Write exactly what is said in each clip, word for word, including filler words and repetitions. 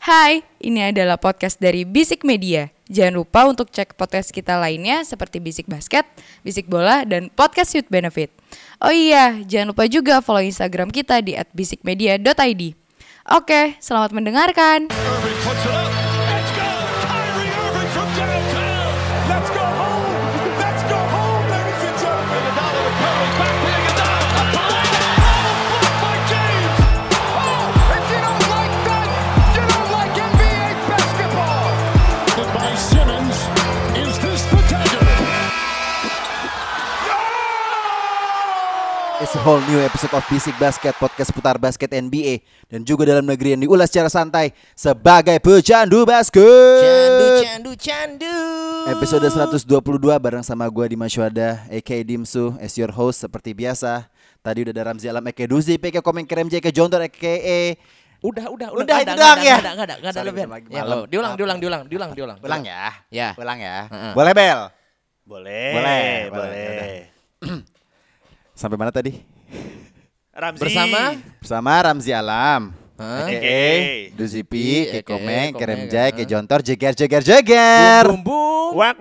Hai, ini adalah podcast dari Bisik Media. Jangan lupa untuk cek podcast kita lainnya seperti Bisik Basket, Bisik Bola, dan Podcast Youth Benefit. Oh iya, jangan lupa juga follow Instagram kita di at bisikmedia dot i d. Oke, selamat mendengarkan. It's a whole new episode of Bisik Basket, podcast putar basket N B A dan juga dalam negeri yang diulas secara santai sebagai pecandu basket. Candu, candu, candu. Episode seratus dua puluh dua bareng sama gue Dimas Syuhada, a k a. Dimsu, as your host seperti biasa. Tadi udah ada Ramzi Alam, a k a. Duzi, a k a. Komen Kerem, a k a. Jontor, a k a. Udah, udah, Udah, udah, itu doang ya? Enggak ada, enggak ada, enggak ada Sorry, lebihan. lagi Ya, malam. lo, diulang, diulang, diulang, diulang, diulang. Ulang ya? Ya. Ulang ya? Heeh. Boleh, Bel? Boleh, Boleh, boleh. boleh. Sampai mana tadi? Ramzi Bersama Bersama Ramzi Alam, Hah? a k a. Oke. Duzi P, Oke, Komeng, Komeng, Kerem kan. Jai, a k a. Jontor, jeger, jeger, jeger. Bum bum. Wak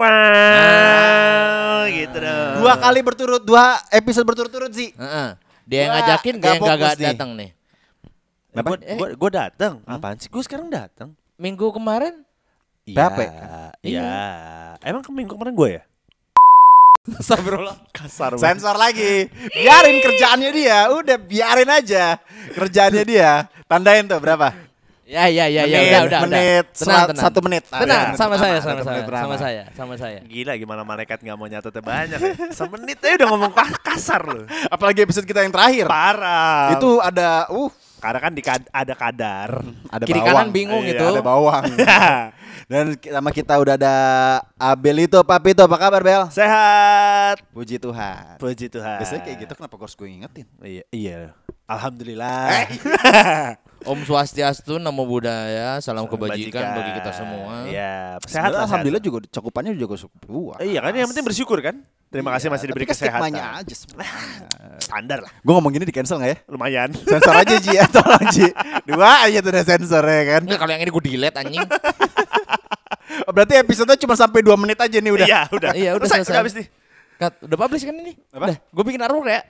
wak gitu dong. Dua kali berturut, dua episode berturut-turut sih. Heeh. Dia yang Wah, ngajakin, dia nggak yang gak fokus nih. datang nih. Apa? Gue gue gue datang. Apaan sih? Gue sekarang datang. Minggu kemarin Berapa? Iya. Emang ke minggu kemarin gue ya? Astagfirullah. Kasar banget. Sensor lagi. Biarin kerjaannya dia. Udah biarin aja kerjaannya dia. Tandain tuh berapa? Ya, ya, ya, ya, Menit, udah, udah, menit, udah. Tenang, sel- tenang. satu menit. Nah, Tenang, menit sama pertama, saya, satu sama saya, menit pertama. sama saya, sama saya. Gila gimana malaikat gak mau nyatetnya banyak ya. Semenit aja udah ngomong kas- kasar loh. Apalagi episode kita yang terakhir. Parah. Itu ada uh karena kan di kad- ada kadar. ada Kiri bawang. kanan bingung Iya, itu. Ada bawang. Dan sama kita udah ada Abel itu, Papito, apa kabar Bel? Sehat. Puji Tuhan. Puji Tuhan. Biasanya kayak gitu, kenapa gue harus gue ingetin? Iya, iya. Alhamdulillah. Om Swastiastu, Namo Buddhaya, salam kebajikan Kebajikan. bagi kita semua. Iya, sehat Sebenarnya lah. Alhamdulillah juga cakupannya juga cukup luas. Iya kan yang penting bersyukur kan. Terima kasih Iya, masih diberi tapi kan kesehatan. stigmanya aja sebenarnya. Standar lah. Gue ngomong gini di cancel gak ya? Lumayan. Sensor aja Ji ya, tolong Ji. Dua aja tuh udah sensor ya kan. Enggak, kalau yang ini gue delete anjing. Oh, berarti episode cuma sampai dua menit aja nih udah. Iya, udah. Iya, udah Selesai, selesai. Udah habis nih. Kat, udah publish kan ini? Apa? Udah, gue bikin arur ya.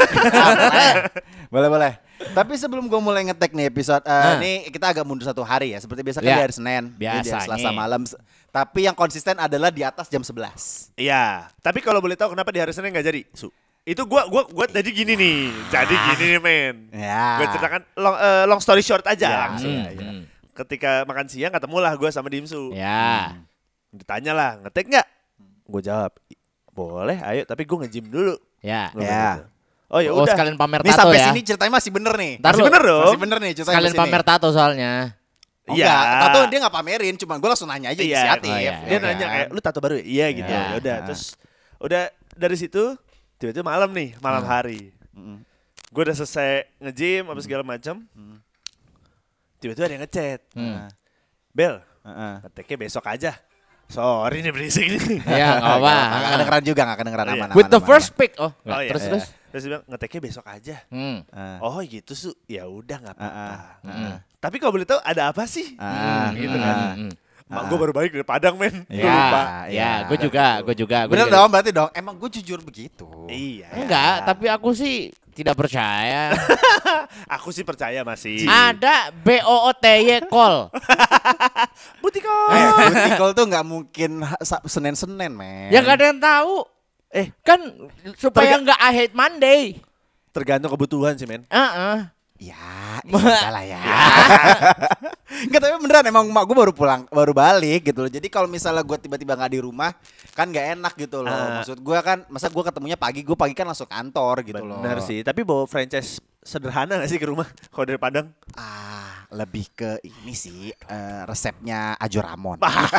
boleh boleh. Tapi sebelum gue mulai ngetek nih episode, uh, Nah. ini kita agak mundur satu hari ya. Seperti biasa kan Ya. di hari Senin, ini di hari Biasanya. Selasa malam. Tapi yang konsisten adalah di atas jam sebelas. Iya. Tapi kalau boleh tahu kenapa di hari Senin nggak jadi? Su. Itu gua gua gua jadi gini nih. Jadi gini nih, men. Ya. Gue ceritakan long, eh, long story short aja Ya, langsung. iya, Hmm, iya. hmm. Ketika makan siang ketemulah gue sama Dimsu. Ya. Ditanya lah, ngetek nggak? Gue jawab, boleh, ayo. Tapi gue nge-gym dulu. Ya. Gua Ya. gitu. Oh ya Oh, udah. sekalian pamer Nih tato sampai ya. sini ceritanya masih bener nih. Ntar Masih lu- bener dong. Masih bener nih ceritanya Sekalian sampai sini. pamer tato soalnya. Oh, Iya. enggak, tato dia gak pamerin, cuman gue langsung nanya aja Iya. inisiatif. Oh, iya. Dia ya nanya kan? kayak, lu tato baru ya? Iya gitu. Iya. Ya udah. Nah. Terus udah dari situ tiba-tiba malam nih, malam hari. Mm-mm. Gue udah selesai nge-gym apa segala macam. Tiba-tiba ada yang ngechat. Hmm. Bel, Heeh. ngeteknya besok aja. Sorry nih berisik nih. Ya, enggak apa. Gak kedengeran juga, gak kedengeran Iya. aman. With aman, the aman, first pick. Oh, Oh, iya. terus Iya. terus. Terus dia bilang ngeteknya besok aja. Hmm. aman. Oh gitu su, ya udah nggak apa-apa. Ah, ah, Hmm. Tapi kalau boleh tahu ada apa sih? Ah, gitu ah. kan. Hmm. Mak gue baru balik dari Padang men. Gua Ya. lupa. Ya, Iya. gue juga, gue juga. gua Bener juga. dong, berarti dong. Emang gue jujur begitu. Iya. Enggak, tapi aku sih tidak percaya. Aku sih percaya masih. Ada B O O T Y call. Butiko. Eh, booty call tuh gak mungkin ha- sa- Senin-Senin, men. Ya gak ada yang tahu. Eh, Kan supaya Terga- nggak I hate Monday. tergantung kebutuhan sih men. Heeh. Ya, ya lah ya. Enggak, tapi beneran emang emak gue baru pulang, baru balik gitu loh. Jadi kalau misalnya gue tiba-tiba gak di rumah, kan gak enak gitu loh. Ah. Maksud gue kan, masa gue ketemunya pagi, gue pagi kan langsung kantor gitu loh. Benar sih. Tapi bawa franchise sederhana gak sih ke rumah kalau dari Padang? Ah, lebih ke ini sih, eh, resepnya Ajo Ramon.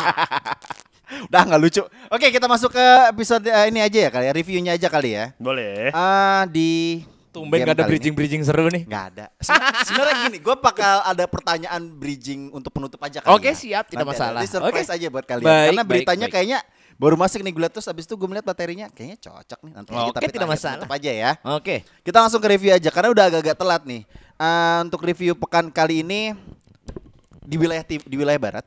Udah nggak lucu. Oke, kita masuk ke episode eh, ini aja ya kali ya, reviewnya aja kali ya. Boleh. Ah, di Tumben game gak ada kali ini. bridging-bridging seru nih. Nggak ada. Seben- Sebenarnya gini, gue bakal ada pertanyaan bridging untuk penutup aja kali Oke, ya. siap, tidak Nanti masalah. ada. Jadi surprise Oke. aja buat kalian. Baik, Karena baik, beritanya baik. kayaknya baru masuk nih gue liat, terus abis itu gue melihat materinya kayaknya cocok nih. Nanti Oke, kita tidak tanya masalah. penutup aja ya. Oke. Kita langsung ke review aja karena udah agak-agak telat nih. Eh, untuk review pekan kali ini di wilayah tim, di wilayah barat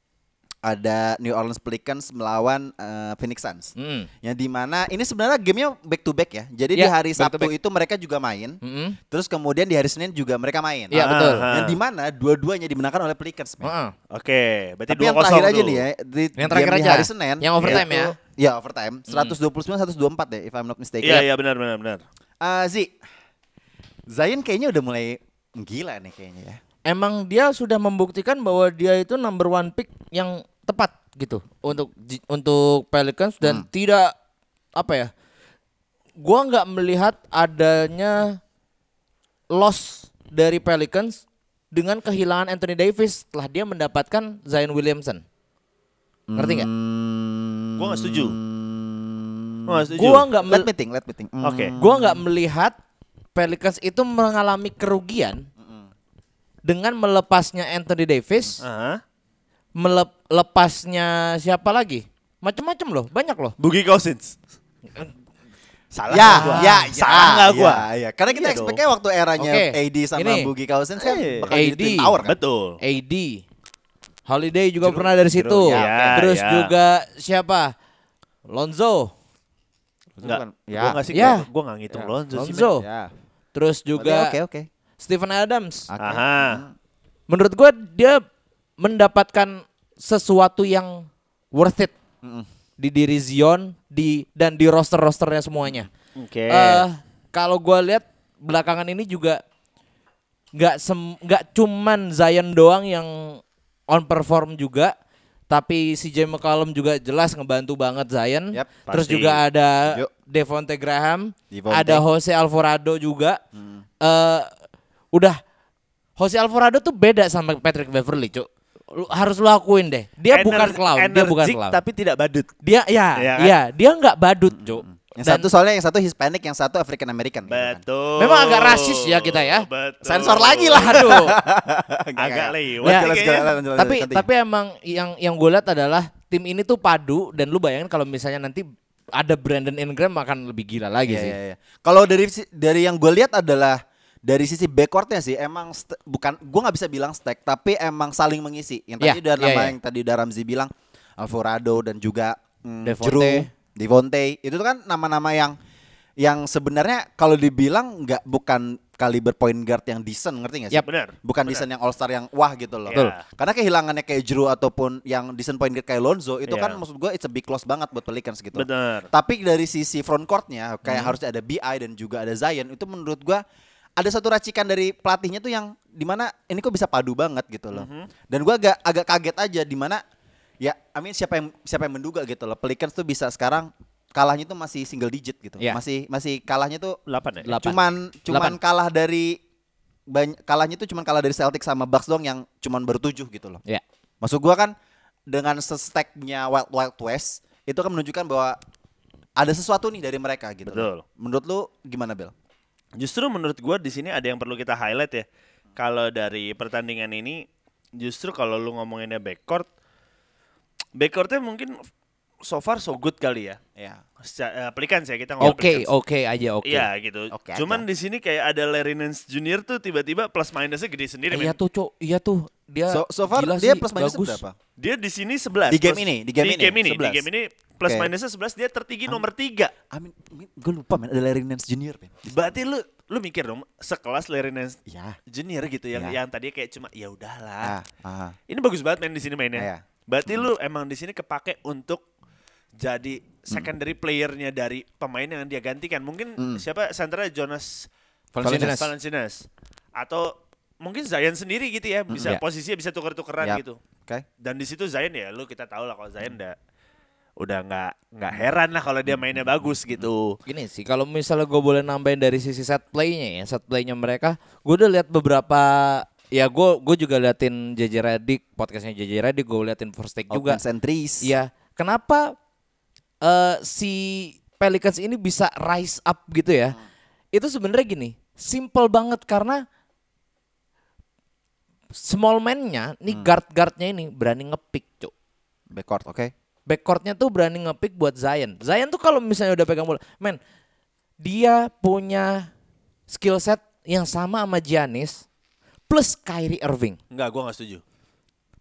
ada New Orleans Pelicans melawan uh, Phoenix Suns. Mm. Yang dimana ini sebenarnya gamenya back to back ya. Jadi Ya, di hari back to Sabtu back. itu mereka juga main. Mm-mm. Terus kemudian di hari Senin juga mereka main. Iya, betul. Yang dimana dua-duanya dimenangkan oleh Pelicans. men. Heeh. Oke, berarti Tapi dua yang kosong terakhir aja tuh. nih ya, di, Yang terakhir game di aja. hari Senin. Yang overtime ya. Ya overtime. seratus dua puluh sembilan seratus dua puluh empat deh, if I'm not mistaken. Iya, iya benar benar benar. Uh, Zi, Zion kayaknya udah mulai gila nih kayaknya ya. Emang dia sudah membuktikan bahwa dia itu number one pick yang tepat gitu untuk ji- untuk Pelicans dan Hmm. tidak apa ya? Gua nggak melihat adanya loss dari Pelicans dengan kehilangan Anthony Davis setelah dia mendapatkan Zion Williamson. Ngerti nggak? Hmm, Gua nggak setuju. Gua nggak setuju. Gua nggak Let mel- me think, let me think. Hmm. Oke. gua nggak melihat Pelicans itu mengalami kerugian dengan melepasnya Anthony Davis. Aha. Melepasnya siapa lagi? Macam-macam loh, banyak loh. Boogie Cousins. Salah Ya, nggak gua? ya, Salah nggak gua? Ya, ya. Karena kita Iya expect-nya waktu eranya Oke, A D sama ini. Boogie Cousins kan Eh, bakal jadi A D. Twin Tower kan. Betul. A D, Holiday juga Jero- pernah dari situ. Jero, ya, Terus ya. juga siapa? Lonzo. Enggak. Ya. Gua nggak sih, Ya. gua, gua nggak ngitung Ya. Lonzo sih. Lonzo. men. Ya. Terus juga Oke, oke. Stephen Adams. Oke. Aha. Menurut gua dia mendapatkan sesuatu yang worth it Mm-mm. di diri Zion di dan di roster-rosternya semuanya. Oke. Eh, kalau gua lihat belakangan ini juga nggak sem nggak cuman Zion doang yang on perform juga, tapi C J McCollum juga jelas ngebantu banget Zion. Yap, Terus pasti. juga ada Yuk. Devonte Graham, Devonte. ada Jose Alvarado juga. Hmm. Eh, udah Jose Alvarado tuh beda sama Patrick Beverly, Cuk. Lu, harus lu akuin deh. Dia Ener- bukan clown, dia bukan energik clown. tapi tidak badut. Dia ya, Iya kan? ya, dia nggak badut, Cuk. Yang Dan- satu soalnya yang satu Hispanic, yang satu African American. gitu kan. Betul. Memang agak rasis ya kita ya. Betul. Sensor lagi lah. Aduh. Agak lewat. Ya, nih Let's go, kayaknya. lanjut, lanjut, tapi lanjut. tapi emang yang yang gue lihat adalah tim ini tuh padu dan lu bayangin kalau misalnya nanti ada Brandon Ingram akan lebih gila lagi Iya, sih. iya, iya. Kalau dari si- dari yang gue lihat adalah dari sisi backcourtnya sih emang st- bukan gue nggak bisa bilang stack tapi emang saling mengisi. Yang tadi Iya, udah iya, nama iya. yang tadi udah Ramzi bilang Alvarado dan juga mm, Devonte. Jrue, Devonte itu tuh kan nama-nama yang yang sebenarnya kalau dibilang nggak bukan kaliber point guard yang decent, ngerti nggak sih? Yap. Benar. Bukan benar. decent yang all star yang wah gitu loh. Betul. Karena kehilangannya kayak Jrue ataupun yang decent point guard kayak Lonzo itu Iya. kan maksud gue it's a big loss banget buat Pelicans gitu. Benar. Tapi dari sisi front courtnya kayak Hmm. harus ada B I dan juga ada Zion itu menurut gua ada satu racikan dari pelatihnya tuh yang dimana ini kok bisa padu banget gitu loh. Mhm. Dan gua agak agak kaget aja dimana ya I mean siapa yang siapa yang menduga gitu loh Pelicans tuh bisa sekarang kalahnya tuh masih single digit gitu. Iya. Masih masih kalahnya tuh Delapan ya? Delapan. cuman cuman Delapan. kalah dari banyak kalahnya tuh cuman kalah dari Celtics sama Bucks doang yang cuman baru tujuh gitu loh. Ya. Maksud gua kan dengan sesteknya Wild Wild West itu kan menunjukkan bahwa ada sesuatu nih dari mereka gitu. Betul. loh. Menurut lu gimana Bel? Justru menurut gua di sini ada yang perlu kita highlight ya. Kalau dari pertandingan ini justru kalau lu ngomonginnya backcourt, backcourtnya mungkin so far so good kali ya. Ya. Secara, uh, Pelicans ya kita ngomong Oke, Pelicans. oke aja oke. Iya gitu. Oke Cuman aja. di sini kayak ada Larry Nance Junior tuh tiba-tiba plus minusnya gede sendiri. Iya men. tuh, Cuk. Iya tuh. Dia So, so far gila dia sih, plus minus bagus. berapa? Dia di sini sebelas. Di game plus- ini, di game di ini, game ini, sebelas. di game ini plus Oke. minusnya sebelas dia tertinggi nomor tiga. I mean, gue lupa men ada Larry Nance Junior men. Berarti lu lu mikir dong sekelas Larry Nance Ya. Junior gitu yang Ya. yang tadi kayak cuma ya udahlah. Ah, ah. Ini bagus banget main di sini mainnya. Iya. Berarti lu emang di sini kepake untuk jadi secondary playernya dari pemain yang dia gantikan. Mungkin Hmm. siapa senternya Jonas Valanciunas. Valanciunas. Atau mungkin Zion sendiri gitu ya, bisa Iya. posisinya bisa tuker-tukeran Yap. gitu. Oke. Dan di situ Zion ya lu kita tahu lah kalau Zion udah udah nggak nggak heran lah kalau dia mainnya bagus gitu. Gini sih, kalau misalnya gue boleh nambahin dari sisi set playnya ya, set playnya mereka, gue udah lihat beberapa, ya gue gue juga liatin J J Redick, podcastnya J J Redick, gue liatin First Take juga. Offense and threes. Iya, kenapa eh, si Pelicans ini bisa rise up gitu ya? Itu sebenarnya gini, simple banget karena small man-nya, nih guard-guardnya ini berani ngepick, Cuk. Backcourt, oke. Backcourtnya tuh berani ngepick buat Zion. Zion tuh kalau misalnya udah pegang bola, men, dia punya skill set yang sama sama Giannis plus Kyrie Irving. Enggak, gua nggak setuju.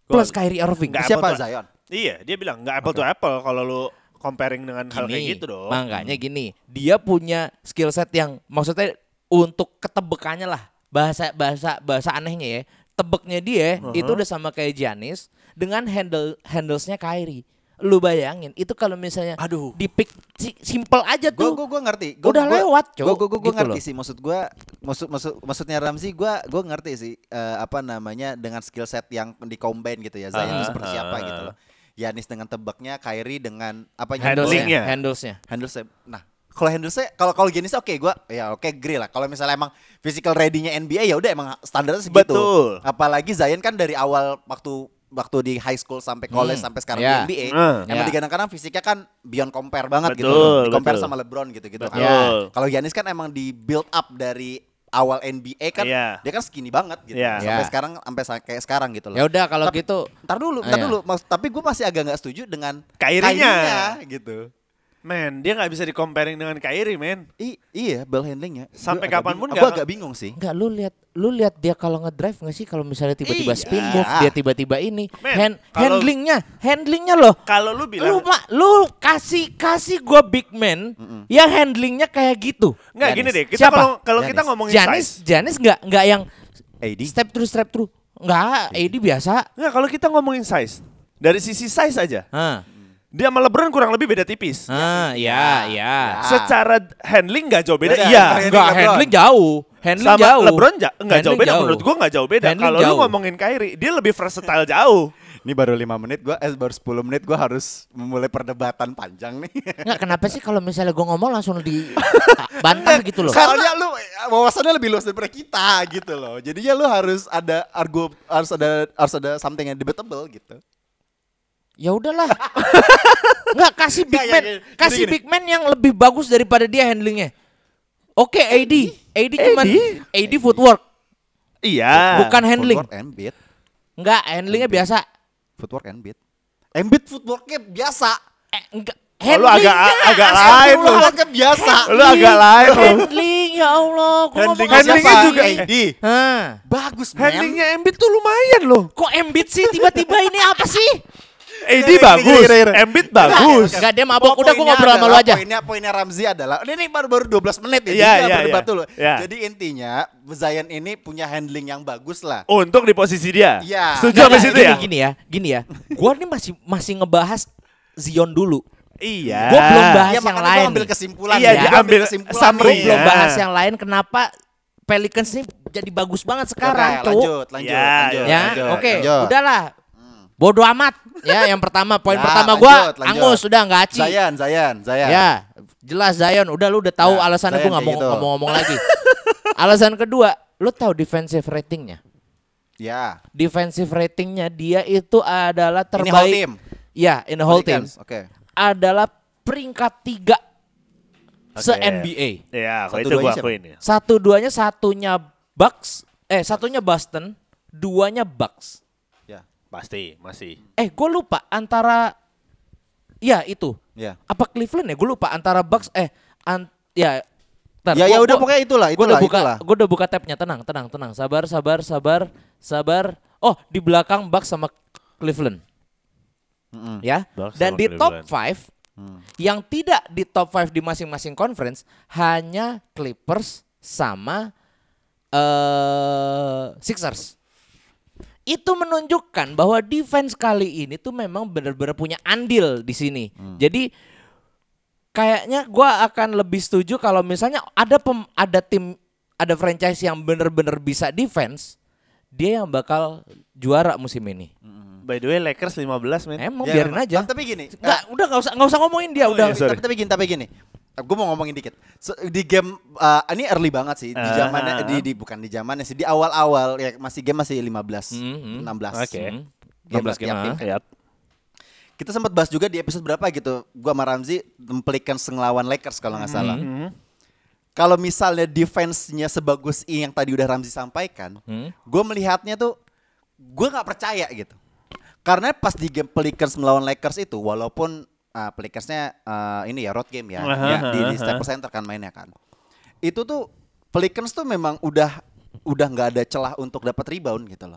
plus Kyrie Irving. Nggak Siapa apple to- Zion? Iya, dia bilang nggak apple to apple kalau lu comparing dengan hal kayak Gini, gitu dong. makanya gini, dia punya skill set yang maksudnya untuk ketebekannya lah, bahasa bahasa bahasa anehnya ya, tebeknya dia Uh-huh. itu udah sama kayak Giannis dengan handle handlesnya Kyrie. Lu bayangin itu kalau misalnya Aduh. di pick si- simple aja Gue tuh. gue gue ngerti. Gua, Udah gua, lewat, Cok. Gue gue gue Gitu ngerti loh. sih. Maksud gue, maksud maksud maksudnya Ramzi, gue gue ngerti sih eh, apa namanya dengan skill set yang di combine gitu ya. Zion itu Ah, seperti siapa ah, gitu ah. loh. Yanis dengan tebaknya, Kyrie dengan apa Handling-nya. handlesnya. handlesnya. Nah, kalau handlesnya kalau kalau gini sih oke gue ya oke agree lah. Kalau misalnya emang physical ready-nya N B A ya udah emang standarnya segitu. Betul. Apalagi Zion kan dari awal waktu waktu di high school sampai college Hmm, sampai sekarang ya. di N B A Hmm. emang Ya. digadang-gadang fisiknya kan beyond compare banget gitu Betul, loh. Di compare betul. sama LeBron gitu-gitu. Betul. Kalau- Kalau Giannis kan emang di build up dari awal N B A kan Iya. dia kan skinny banget gitu. Iya. Sampai Ya. sekarang sampai sa- kayak sekarang gitu loh. Ya udah kalau Tapi- gitu Ntar dulu, ntar Iya. dulu. Mas, tapi gue masih agak nggak setuju dengan Kyrie-nya. Kyrie-nya, gitu. Men, dia nggak bisa di comparing dengan Kyrie, men. I, iya, ball handlingnya. Sampai Gua agak kapanpun bingung. nggak Gue akan- agak bingung sih. enggak lu lihat lu lihat dia kalau ngedrive nggak sih kalau misalnya tiba-tiba Iya. spin move dia tiba-tiba ini Men, hand, kalau- handlingnya handlingnya loh. Kalau lu Lu bilang mak lu kasih kasih gua big man yang handlingnya kayak gitu. nggak Giannis. gini deh, kita Siapa? kalau kalau kita Giannis. ngomongin Janis size. Janis nggak nggak yang A D. step through step through nggak. A D biasa. Nggak, kalau kita ngomongin size. Dari sisi size aja. Hah. Dia sama LeBron kurang lebih beda tipis. Ah, ya, ya. Ah. Secara handling nggak jauh beda. Beda, Iya. handling Enggak, LeBron. handling jauh. Handling Sama jauh. LeBron ja- nggak jauh Handling beda. Menurut gua nggak jauh beda. Handling Kalau lu jauh. ngomongin Kyrie, dia lebih versatile jauh. Ini baru lima menit gue, eh baru sepuluh menit gue harus memulai perdebatan panjang nih. Enggak, kenapa sih kalau misalnya gua ngomong langsung dibantah gitu loh. Soalnya lu wawasannya lebih luas daripada kita gitu loh. Jadinya lu harus ada argo, harus ada harus ada something yang debatable gitu. Ya udahlah. Enggak, kasih big Nggak, man, ya, ya. kasih Gini, big man yang lebih bagus daripada dia handlingnya. Oke, A D. A D cuman A D footwork, Iya. bukan handling. Footwork and beat, Enggak, handlingnya biasa. footwork and beat. Embiid footworknya biasa. Eh, enggak. Oh, lu agak Handlingnya, agak asal lain lu. lu. Footworknya biasa. Lu agak lain lu. Handling, ya Allah. Kok ngomong Handlingnya Handlingnya siapa? juga- A D. Hah. Bagus, man. Handlingnya Embiid tuh lumayan loh. Kok Embiid sih tiba-tiba ini apa sih? A D Gini, bagus, gini, gini, gini. Embiid bagus. Enggak, dia mabok. Po- Udah, gua poinnya ngobrol sama lu adalah- aja. Poinnya poinnya Ramzi adalah ini, ini baru baru dua belas menit ya. Iya, jadi iya, berdebat iya. dulu. Iya. Jadi intinya Zion ini punya handling yang bagus lah. Untuk di posisi dia. Iya. Setuju Nggak, sampai nggak, situ gini, ya? Gini ya, gini ya. Gua nih masih masih ngebahas Zion dulu. Iya. Gua belum bahas Iya, yang makanya lain gua ambil nih. kesimpulan. Iya, ya. dia Gua ambil kesimpulan summary. Gue nih. belum Iya. bahas yang lain. Kenapa Pelicans ini jadi bagus banget sekarang, Oke, Cuk? lanjut, lanjut, Ya, lanjut, Ya, lanjut, oke, lanjut. udahlah. Bodoh amat. Ya, yang pertama, poin Ya, pertama lanjut, gua lanjut. angus udah nggak aci. Zion, Zion, Zion. Ya, jelas Zion. Udah lu udah tahu Nah, alasannya, Zion gua nggak mau kayak gitu. ngomong-ngomong lagi. Alasan kedua, lu tahu defensive ratingnya? Ya. Defensive ratingnya dia itu adalah Ini terbaik. whole team. Ya, in the whole team. Pelicans, Oke. Adalah peringkat tiga se N B A. Iya, kalau Satu itu duanya gua siapa? akuin ya. Satu duanya satunya Bucks, eh satunya Boston, duanya Bucks. Ya. Pasti, masih. Eh, gue lupa antara, ya itu, Ya. apa Cleveland ya? Gue lupa antara Bucks, eh, an, ya. Ntar, Ya, gua- ya udah gua- pokoknya itulah, Gue itulah, udah buka, itulah. gue udah buka tabnya. Tenang, tenang, tenang. Sabar, sabar, sabar, sabar. Oh, di belakang Bucks sama Cleveland, Mm-mm. ya. Bucks Dan sama di top Cleveland. five, Hmm. yang tidak di top five di masing-masing conference hanya Clippers sama eh Sixers. Itu menunjukkan bahwa defense kali ini tuh memang benar-benar punya andil di sini. Jadi kayaknya gua akan lebih setuju kalau misalnya ada pem, ada tim, ada franchise yang benar-benar bisa defense, dia yang bakal juara musim ini. By the way, Lakers lima belas, men. Emang Ya, biarin memang. aja. Tapi gini, Enggak, udah nggak usah nggak usah ngomongin dia, udah. iya, sorry. tapi, tapi gini, tapi gini. Gue mau ngomongin dikit. So, di game uh, ini early banget sih di Ah. zamannya di, di bukan di zamannya sih di awal-awal ya masih game masih lima belas, Hmm, hmm. enam belas. Oke. Hmm. Game enam belas game. tiap tim. ah. Iya. Kita sempat bahas juga di episode berapa gitu. Gua sama Ramzi Pelicans ngelawan Lakers kalau nggak salah. Mhm. Kalau misalnya defense-nya sebagus yang tadi udah Ramzi sampaikan, Hmm. gue melihatnya tuh gue nggak percaya gitu. Karena pas di game Pelicans melawan Lakers itu, walaupun uh, Pelicans-nya uh, ini ya road game ya, Aha, ya, di, di aha. Staples Center kan mainnya kan. Itu tuh Pelicans tuh memang udah udah nggak ada celah untuk dapat rebound gitu loh.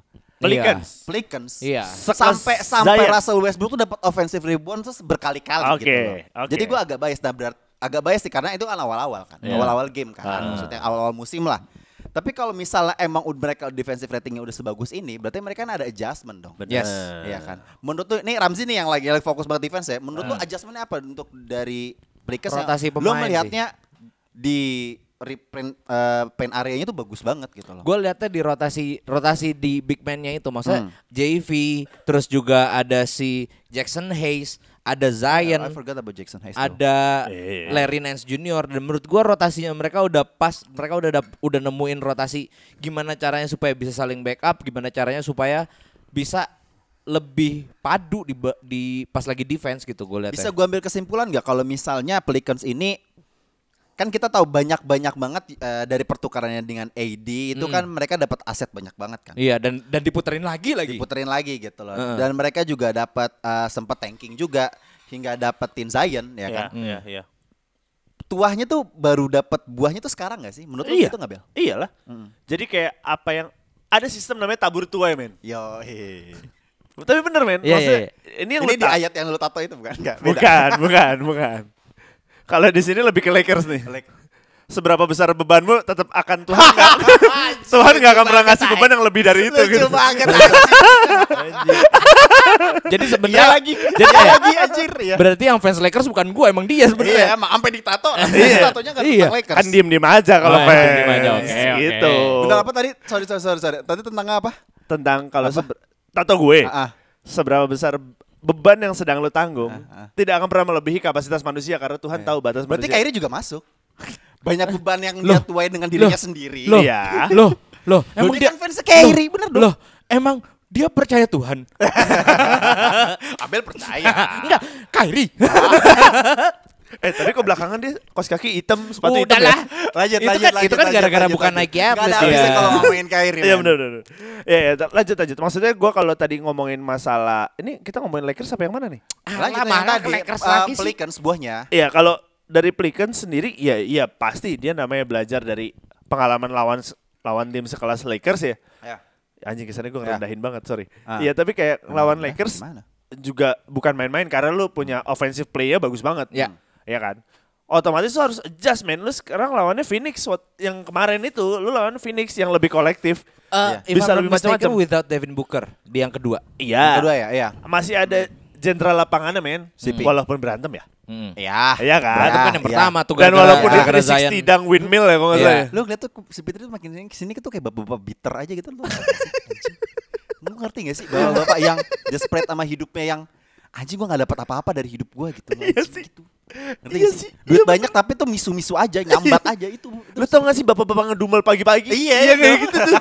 Pelicans. Pelicans. Iya. Sampai Sekelas sampai Zion. Russell Westbrook tuh dapat offensive rebound terus berkali-kali Oke, gitu loh. oke. Jadi gue agak bias nah, berat, agak bias sih karena itu kan awal-awal kan, Iya. awal-awal game kan, Ah. maksudnya awal-awal musim lah. Tapi kalau misalnya emang udah mereka defensive ratingnya udah sebagus ini, berarti mereka kan ada adjustment dong. Yes. Iya kan. Menurut tuh ini Ramzi nih yang lagi, lagi fokus banget defense ya. Menurut lu Ah. adjustmentnya apa untuk dari Lakers yang Rotasi lu pemain melihatnya di reprint uh, paint areanya tuh bagus banget gitu loh. Gue lihatnya di rotasi rotasi di big man-nya itu, maksudnya Hmm. J V, terus juga ada si Jackson Hayes, ada Zion, I forgot about Jackson Hayes. tuh. ada Iya. Larry Nance Junior Dan menurut gua rotasinya mereka udah pas, mereka udah dap- udah nemuin rotasi gimana caranya supaya bisa saling backup, gimana caranya supaya bisa lebih padu di ba- di pas lagi defense gitu gue lihatnya. Bisa gua ambil kesimpulan nggak kalau misalnya Pelicans ini kan kita tahu banyak-banyak banget eh, dari pertukarannya dengan A D itu Hmm. kan mereka dapat aset banyak banget kan. Iya, dan dan diputerin lagi lagi. Diputerin lagi gitu loh. Heeh. Dan mereka juga dapat eh, sempat tanking juga hingga dapetin Zion ya kan. Iya, iya, iya. Tuahnya tuh baru dapat buahnya tuh sekarang nggak sih? Menurut lu Iya. gitu nggak Bel? Iyalah. Mm. Jadi kayak apa yang ada sistem namanya tabur tuai, men. Yo, he. Tapi bener, men. Iya, Maksudnya iya, ini yang Ini lu di ta- ayat yang lu tato itu bukan? Enggak. Bukan, bukan, bukan. Kalau di sini lebih ke Lakers nih. Seberapa besar bebanmu tetap akan Tuhan nggak Tuhan nggak akan pernah ngasih beban yang lebih dari itu Lucu gitu. banget. Jadi Iya sebenarnya lagi. jadi Iya ya, lagi anjir ya. berarti yang fans Lakers bukan gua, emang dia Iya, sebenarnya. emang sampai ditato. Iya. Tatonya enggak Iya. tentang Lakers. Kan diem-diem aja kalau Oh, fans. diem-diem aja, oke, oke. Gitu. Benar apa tadi? Sorry sorry sorry sorry. Tadi tentang apa? Tentang kalau Apa? seber- tato gue. Ah, ah. Seberapa besar beban yang sedang lu tanggung Ah, ah. tidak akan pernah melebihi kapasitas manusia karena Tuhan tahu batas Berarti manusia. Kyrie juga masuk. Banyak beban yang Loh. dia tuain dengan dirinya sendiri. Loh, Iya. loh, loh, Emang emang dia dia kan fans Kyrie, bener dong. Loh, emang dia percaya Tuhan? Abel percaya. Enggak, Kyrie. Eh tadi kok belakangan dia kos kaki hitam, sepatu hitam Udahlah. ya? Lanjut, Itu lanjut, kan- lanjut, itu kan lanjut, gara-gara lanjut, bukan lanjut. Nike Atlas Nggak ada ya. habisnya kalau ngomongin Kyrie. Iya man. benar benar. Iya ya, lanjut lanjut. Maksudnya gue kalau tadi ngomongin masalah ini kita ngomongin Lakers apa yang mana nih? Lanjut Alah, yang malah tadi, ke Lakers eh, lagi sih. Pelicans buahnya. Iya kalau dari Pelicans sendiri, iya iya pasti dia namanya belajar dari pengalaman lawan lawan tim sekelas Lakers ya. Ya. Anjing kesannya gue Ya. ngerendahin banget sorry. Ah. Iya tapi kayak lawan Nah, Lakers gimana? juga bukan main-main karena lu punya offensive play-nya bagus banget. Ya. Iya kan? Otomatis lu harus adjust man. Lu sekarang lawannya Phoenix what- yang kemarin itu lu lawan Phoenix yang lebih kolektif. Uh, Iya. if Bisa I'm lebih not mistaken, macam-macam. without Devin Booker di yang kedua. Yang Iya. kedua ya, iya. Masih ada jenderal lapangannya men. C P. Walaupun berantem ya. Mm. Ya. Iya kan? Itu kan yang iya. pertama tuh Dan gara-gara- walaupun dia gara-gara tiga Zion. enam puluh dang windmill ya kalau nggak Iya. salah ya. Lu ngeliat tuh si Peter tuh makin kesini tuh kayak bapak-bapak bitter aja gitu lu. Lu ngerti gak sih bapak-bapak yang desperate sama hidupnya yang anjing gua gak dapat apa-apa dari hidup gua gitu loh. Iya anjing sih. gitu. Ngerti Iya gak sih? sih. Duit banyak tapi tuh misu-misu aja, nyambat aja itu. itu Lu tau gak sih bapak-bapak ngedumel pagi-pagi? Iya, kayak itu. gitu tuh.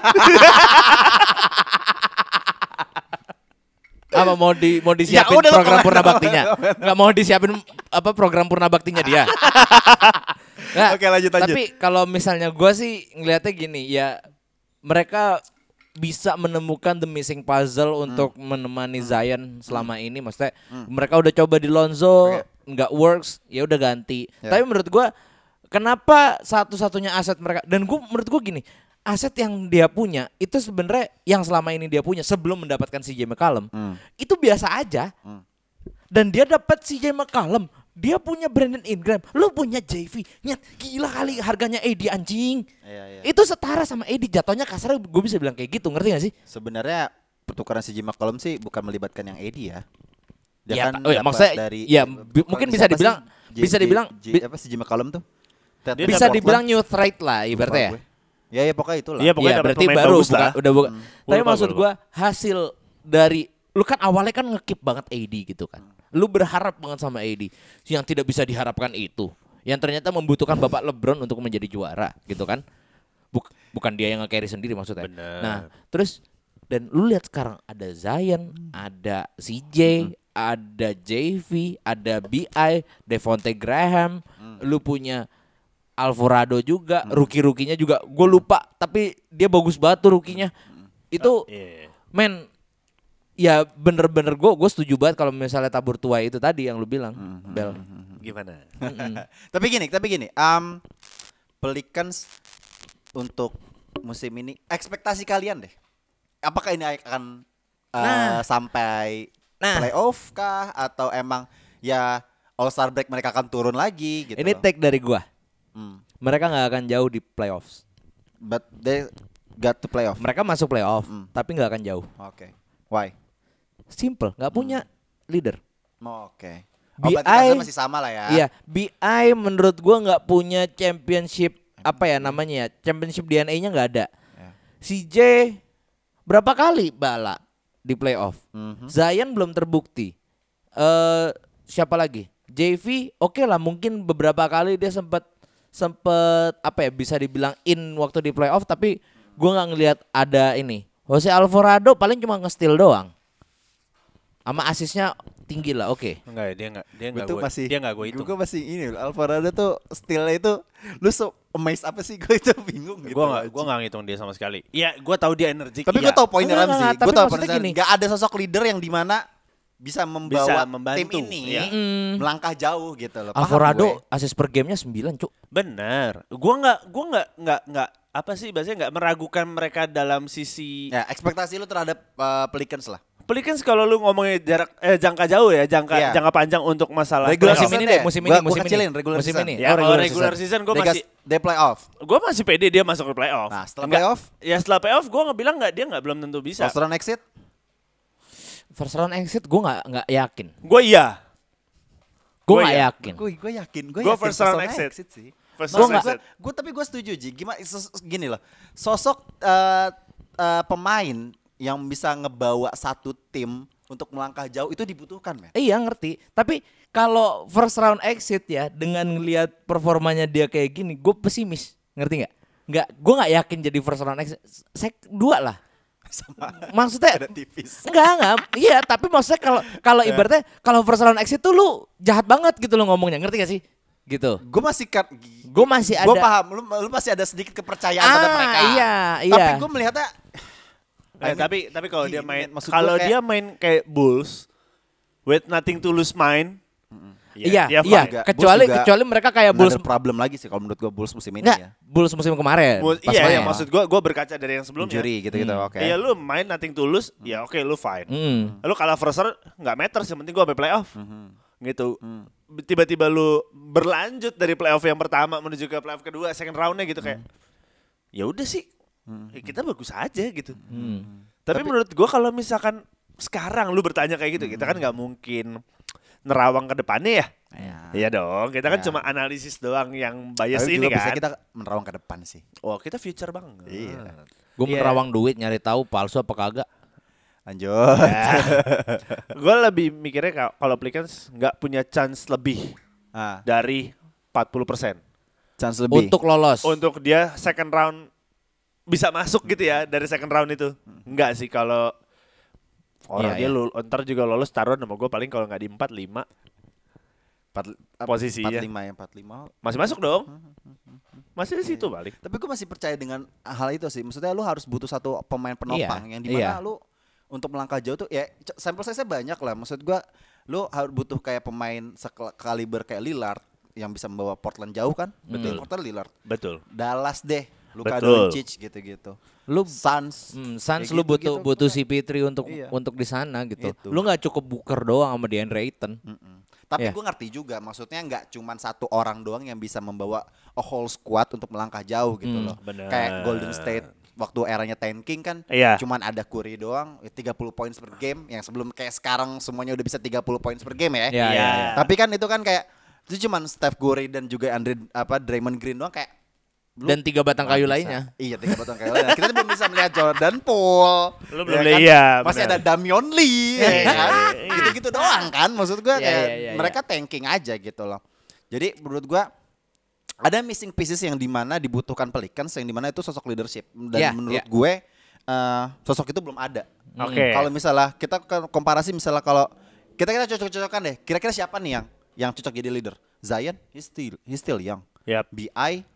Apa mau di mau disiapin Ya udah, program komen. purna baktinya? Enggak mau disiapin apa program purna baktinya dia? Nggak, Oke, lanjut, lanjut. Tapi kalau misalnya gua sih ngelihatnya gini, ya mereka bisa menemukan the missing puzzle untuk menemani Zion selama ini. Maksudnya mereka udah coba di Lonzo, nggak works, ya udah ganti. Ya. Tapi menurut gua kenapa satu-satunya aset mereka, dan gua menurut gua gini, aset yang dia punya itu sebenarnya yang selama ini dia punya sebelum mendapatkan C J McCollum Hmm. itu biasa aja. Hmm. Dan dia dapat C J McCollum, dia punya Brandon Ingram, lu punya J V. Nyet, gila kali harganya A D anjing. Iya, iya. Itu setara sama A D, jatuhnya kasarnya gue bisa bilang kayak gitu, ngerti gak sih? Sebenarnya pertukaran C J McCollum sih bukan melibatkan yang A D ya. Dia Ya, kan oh ya, dapat maksudnya, dari ya, bi- mungkin bisa siapa dibilang- sih? bisa J- dibilang- J- bi- apa C J McCollum tuh? Ted Dia Bisa dapat dibilang new trade lah ibaratnya ya. Ya ya pokoknya itulah. Iya, pokoknya Iya, dapat berarti pemain baru bagus bukan, lah. udah bukan. Hmm. Tapi Gua lupa, maksud gua gua hasil dari lu kan awalnya kan ngekip banget A D gitu kan. Lu berharap banget sama A D yang tidak bisa diharapkan itu. Yang ternyata membutuhkan Bapak LeBron untuk menjadi juara gitu kan. Buk- bukan dia yang nge-carry sendiri maksudnya. Bener. Nah, terus dan lu lihat sekarang ada Zion, ada C J, ada J V, ada B I, Devonte Graham, lu punya Alvarado juga, rookie-rookinya juga. Gue lupa, tapi dia bagus banget tuh rookinya. Itu Iya. men, ya bener-bener gue gue setuju banget kalau misalnya tabur tuai itu tadi yang lu bilang, Bel. Gimana? Mm-mm. Tapi gini, tapi gini, um, Pelicans untuk musim ini ekspektasi kalian deh. apakah ini akan uh, Nah. sampai Nah. playoff kah atau emang ya All Star break mereka akan turun lagi gitu. Ini loh. take dari gua. Hmm. Mereka nggak akan jauh di playoffs. But they got to playoff. Mereka masuk playoff, Hmm. tapi nggak akan jauh. Oke. Why? Simple, nggak punya leader. Oh, Oke. B I Oh, berarti kasusnya masih sama lah ya. Iya, B I menurut gua nggak punya championship apa ya namanya ya, championship D N A-nya nggak ada. Ya. C J berapa kali bala di playoff? Mhm. Zion belum terbukti. Eh siapa lagi? J V oke lah mungkin beberapa kali dia sempat sempat apa ya bisa dibilang in waktu di playoff tapi gua nggak ngelihat ada ini. Jose Alvarado paling cuma nge-steal doang. Sama asisnya tinggi lah, oke. Enggak ya, dia enggak dia Gue enggak tuh gue. masih Dia enggak gue itu. Gue masih ini Alvarado tuh stillnya itu lu so amazed apa sih gue itu bingung gitu. Gue enggak gue enggak ngitung dia sama sekali. Iya, gue tahu dia energik. Tapi iya. gue tau poinnya Enggak, Ramzi. enggak, Gue tapi tau maksudnya poinnya gini. gak ada sosok leader yang dimana bisa membawa Bisa tim membantu, ini iya. melangkah jauh gitu loh. Paham gue? Alvarado assist per gamenya sembilan, Cuk. Bener. Gue enggak gue enggak enggak enggak apa sih bahasanya enggak meragukan mereka dalam sisi Ya, ekspektasi lu terhadap uh, Pelicans lah. Pelicans kalau lu ngomongin jarak eh jangka jauh ya, jangka Iya. jangka panjang untuk masalah Regular Musim season ini deh. deh, musim Gua- ini, gua musim ini. kecilin regular Musim season. ini. Ya, Oh, kalau regular season gue They masih got- they playoff. gue masih pede dia masuk ke playoff. Nah, setelah Enggak- playoff? Ya setelah playoff gue ngebilang nggak dia nggak belum tentu bisa. First round exit? First round exit gue nggak nggak yakin. Gue iya. Gue Gua nggak iya. yakin. Gue gue yakin, gue Gua yakin first round exit. sih. First Gue round nggak, exit. gue tapi gue setuju Ji. Gimana sos- gini loh, sosok eh, eh, pemain yang bisa ngebawa satu tim untuk melangkah jauh itu dibutuhkan, men. Iya ngerti. Tapi kalau first round exit ya dengan ngelihat performanya dia kayak gini, gue pesimis. Ngerti nggak? Nggak, gue nggak yakin jadi first round exit. Saya dua lah. Sama Maksudnya ada tipis. enggak enggak. Iya, tapi maksudnya kalau kalau ibaratnya kalau first round exit tuh lu jahat banget gitu lo ngomongnya. Ngerti gak sih? Gitu. Gue masih kan, Gue masih gue ada. paham. Lu, lu masih ada sedikit kepercayaan pada Ah, mereka. iya, iya. Tapi gue melihatnya, Eh, I mean, tapi tapi kalau dia gini, main men, maksud kalau gua kayak- dia main kayak Bulls with nothing to lose mind. Iya, dia iya. fine. Kecuali Bulls juga kecuali mereka kayak Bulls. another problem lagi sih kalau menurut gue Bulls musim ini Enggak, ya. Bulls musim kemarin. Buat- pas iya, main. iya, maksud gua gua berkaca dari yang sebelumnya. Injury gitu-gitu, Hmm. oke. Iya, lu main nothing to lose, ya oke lu fine. Hmm. Lu kalah first round nggak matter, yang penting gua sampai playoff. Mhm. Gitu. Hmm. Tiba-tiba lu berlanjut dari playoff yang pertama menuju ke playoff kedua, second roundnya gitu kayak. Ya udah sih. Hmm. ya kita bagus aja gitu. Hmm. Tapi, menurut gua kalau misalkan sekarang lu bertanya kayak gitu, kita kan nggak mungkin nerawang ke depannya ya. Iya. Iya dong, kita kan Ya. cuma analisis doang yang bias Tapi ini juga bisa kan. kita menerawang ke depan sih. Oh, kita future banget. Iya. Gue Iya. menerawang duit nyari tahu palsu apa kagak. Lanjut. Gue lebih mikirnya ka- kalau Pelicans nggak punya chance lebih Ah, dari empat puluh persen chance lebih. Untuk lolos. untuk dia second round bisa masuk gitu ya dari second round itu. Enggak sih kalau orang Iya, dia iya. lu ntar juga lolos taruhan sama gue paling kalau nggak di empat lima Empat, posisinya. empat lima ya empat lima. masih masuk dong. Masih di situ balik. Tapi gue masih percaya dengan hal itu sih. Maksudnya lu harus butuh satu pemain penopang Iya, yang dimana iya. lu untuk melangkah jauh tuh ya c- sampel size-nya banyak lah. Maksud gua lu harus butuh kayak pemain sekaliber kayak Lillard yang bisa membawa Portland jauh kan? Betul. Portland Lillard. Betul. Dallas deh, Luka Betul. Doncic gitu-gitu. Lu Suns. Hmm, Suns kayak lu gitu- butuh gitu. butuh C P tiga untuk Iya. untuk di sana gitu. Itu. Lu nggak cukup Booker doang sama DeAndre Ayton. Mm-mm. Tapi Iya. gue ngerti juga, maksudnya nggak cuman satu orang doang yang bisa membawa a whole squad untuk melangkah jauh gitu Hmm, loh. bener. Kayak Golden State waktu eranya tanking kan, Iya. cuman ada Curry doang, ya tiga puluh points per game. Yang sebelum kayak sekarang semuanya udah bisa tiga puluh points per game ya. Iya, iya, iya. Tapi kan itu kan kayak itu cuman Steph Curry dan juga Andre apa Draymond Green doang kayak. lu Dan tiga batang nggak kayu bisa. lainnya. Iya tiga batang kayu lainnya. Kita belum bisa melihat Jordan Poole. Lu belum ya lihat, kan? iya, Masih benar. ada Damian Lee. ya kan? Iya. Gitu-gitu doang kan. Maksud gue Iya, kayak iya, iya, mereka tanking aja gitu loh. Jadi menurut gue ada missing pieces yang dimana dibutuhkan Pelicans yang dimana itu sosok leadership dan Iya, menurut iya. gue eh, sosok itu belum ada. Oke. Kalau misalnya kita ke- komparasi misalnya kalau kita kita cocok-cocokan deh. Kira-kira siapa nih yang yang cocok jadi leader? Zion, he's still he's still young. Yap. B I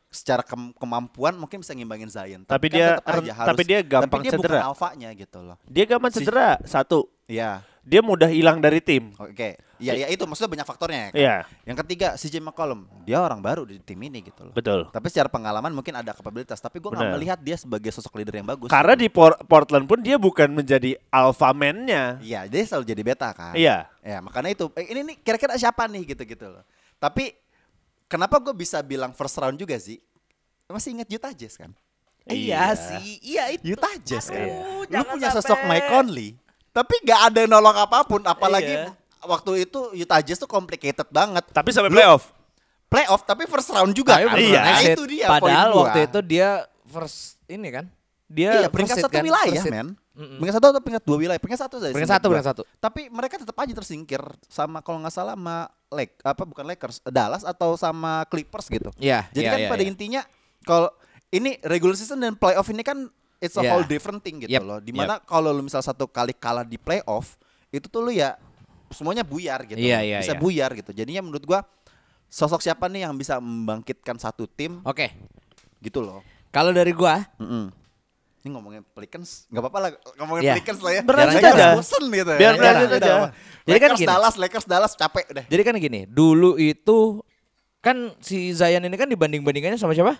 secara kem- kemampuan mungkin bisa ngimbangin Zion. Tapi kan dia tetap aja ren- harus- tapi dia gampang tapi dia cedera. bukan alfanya gitu loh. Dia gampang Si- cedera. Satu, Iya. dia mudah hilang dari tim. Oke. Iya, ya itu maksudnya banyak faktornya ya. Kan? Iya, Yang ketiga, C J McCollum. Dia orang baru di tim ini gitu loh. betul. Tapi secara pengalaman mungkin ada kapabilitas, tapi gue nggak Benar. melihat dia sebagai sosok leader yang bagus. Karena di Por- Portland pun dia bukan menjadi alpha man-nya. Iya, dia selalu jadi beta kan. Iya. Ya, makanya itu eh, ini nih kira-kira siapa nih gitu-gitu loh. Tapi kenapa gue bisa bilang first round juga sih? Masih ingat Utah Jazz kan? Iya. sih, iya itu. Utah Jazz kan. Aduh, Lu jangan punya sampai. sosok Mike Conley, tapi gak ada yang nolong apapun. Apalagi Iya. waktu itu Utah Jazz tuh complicated banget. Tapi sampai playoff. Playoff tapi first round juga Tapi kan. Iya. Nah, exit. itu dia Padahal poin gua. waktu itu dia first ini kan. Dia Iya, peringkat first seed satu kan? wilayah, First seed. men. Mm-mm. Peringkat satu atau peringkat dua wilayah? Peringkat satu saja. Peringkat satu, peringkat satu. Tapi mereka tetap aja tersingkir sama kalau nggak salah sama Lake apa bukan Lakers, Dallas atau sama Clippers gitu. Iya, Jadi iya, kan iya, pada iya. intinya kalau ini regular season dan playoff ini kan it's a Iya. whole different thing gitu Yep, loh. Dimana kalau lu misal satu kali kalah di playoff itu tuh lu ya semuanya buyar gitu. Iya, loh. iya, bisa iya. buyar gitu. Jadinya menurut gua sosok siapa nih yang bisa membangkitkan satu tim Oke. gitu loh. Kalau dari gua, Mm-mm. Ini ngomongin Pelicans, nggak apa-apa lah ngomongin Iya. Pelicans lah ya. Berlanjut Lakers aja. bosen gitu. Biar ya. berlanjut Udah, aja. udah. Jadi kan Lakers gini. Dallas, Lakers Dallas capek udah. jadi kan gini, dulu itu kan si Zion ini kan dibanding-bandingannya sama siapa?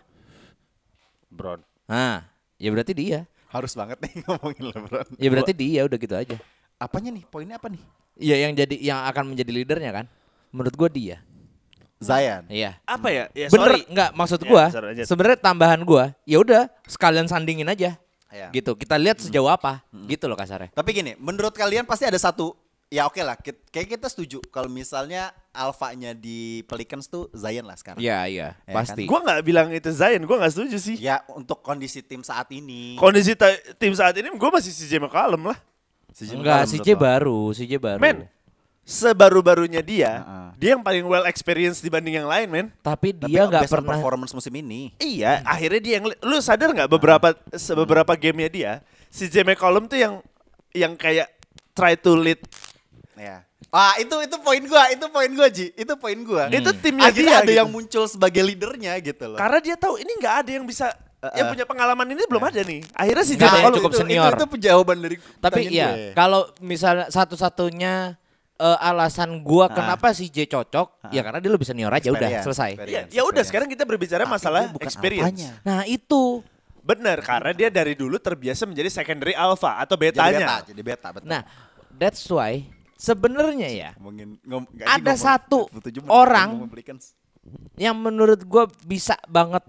Bron. Nah, ya berarti dia. Harus banget nih ngomongin LeBron. Ya berarti dia udah gitu aja. Apanya nih? Poinnya apa nih? Iya yang jadi yang akan menjadi leadernya kan. Menurut gua dia. Zion. Iya. Apa ya? Ya Bener sorry. nggak maksud Ya, gua? sorry aja. Sebenarnya tambahan gua, ya udah sekalian sandingin aja. Ya. Gitu. Kita lihat sejauh apa. Gitu loh kasarnya. Tapi gini, menurut kalian pasti ada satu. Ya oke lah, kit- kayak kita setuju kalau misalnya alfanya di Pelicans tuh Zion lah sekarang. Iya, iya, Ya pasti. Gua nggak bilang itu Zion, gua nggak setuju sih. Ya untuk kondisi tim saat ini. Kondisi ta- tim saat ini gua masih C J McCollum lah. Si Enggak, McCollum si J menurut lo. baru, si J baru. Men, sebaru-barunya dia, Heeh. dia yang paling well experience dibanding yang lain, men. Tapi Tapi dia nggak based on pernah. performance musim ini. Iya, akhirnya dia yang li- lu sadar nggak beberapa beberapa gamenya dia, si J McCollum tuh yang yang kayak try to lead. Ya. Ah itu itu poin gua, itu poin gua Ji, itu poin gua. Itu timnya Akhirnya dia ada gitu. yang muncul sebagai leadernya gitu loh. Karena dia tahu ini nggak ada yang bisa yang punya pengalaman ini belum ada nih. Akhirnya si J Nggak ada yang McCollum cukup itu, senior. Itu, itu jawaban dari Tapi pertanyaan iya, gue. kalau misalnya satu-satunya eh, alasan gua Ah. kenapa si J cocok, ya karena dia lebih senior aja udah Experience, selesai. experience. Ya, ya udah experience. sekarang kita berbicara Tapi masalah dia bukan experience. alfanya. Nah itu. Bener, karena dia dari dulu terbiasa menjadi secondary alpha atau Jadi betanya. beta, jadi beta betul. Nah, that's why sebenarnya ya ngomongin ngom, nggak sih ada ngomong- satu dua puluh tujuh menit orang ngomong Pelicans. yang menurut gua bisa banget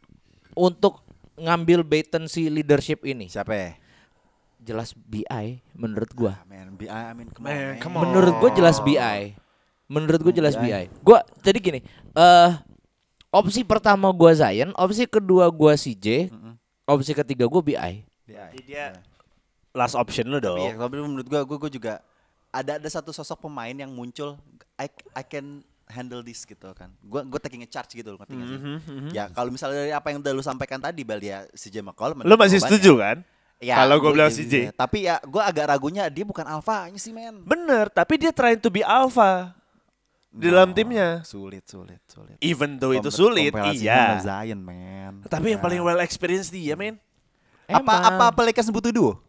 untuk ngambil baton si leadership ini. Siapa ya? Jelas B I menurut gua. Ah, man, B I, I mean, come on, Man, man. come on. Menurut gue jelas B I. Menurut gue jelas B I. B I. Gue jadi gini. eh opsi pertama gue Zion, opsi kedua gue C J, opsi ketiga gue B I. B I. Jadi dia last option lu dong. Iya, tapi menurut gua, gua, gua juga ada ada satu sosok pemain yang muncul. I, I can handle this gitu kan. Gua gua taking a charge gitu loh, ngerti nggak sih? Mhm, Ya kalau misalnya dari apa yang udah lu sampaikan tadi, Bel, ya C J McCollum. Lu masih jawabannya. setuju kan? Ya, Kalau gua gua bilang juga. C J. Tapi ya gua agak ragunya dia bukan alfanya sih, men. Bener, tapi dia trying to be alpha di dalam timnya. Sulit, sulit, sulit. Even though itu Kompa- sulit, komparasinya sama iya. Zion, men. Tapi yang Ya. paling well experienced dia, men. apa Emang. apa Pelicans butuh duo?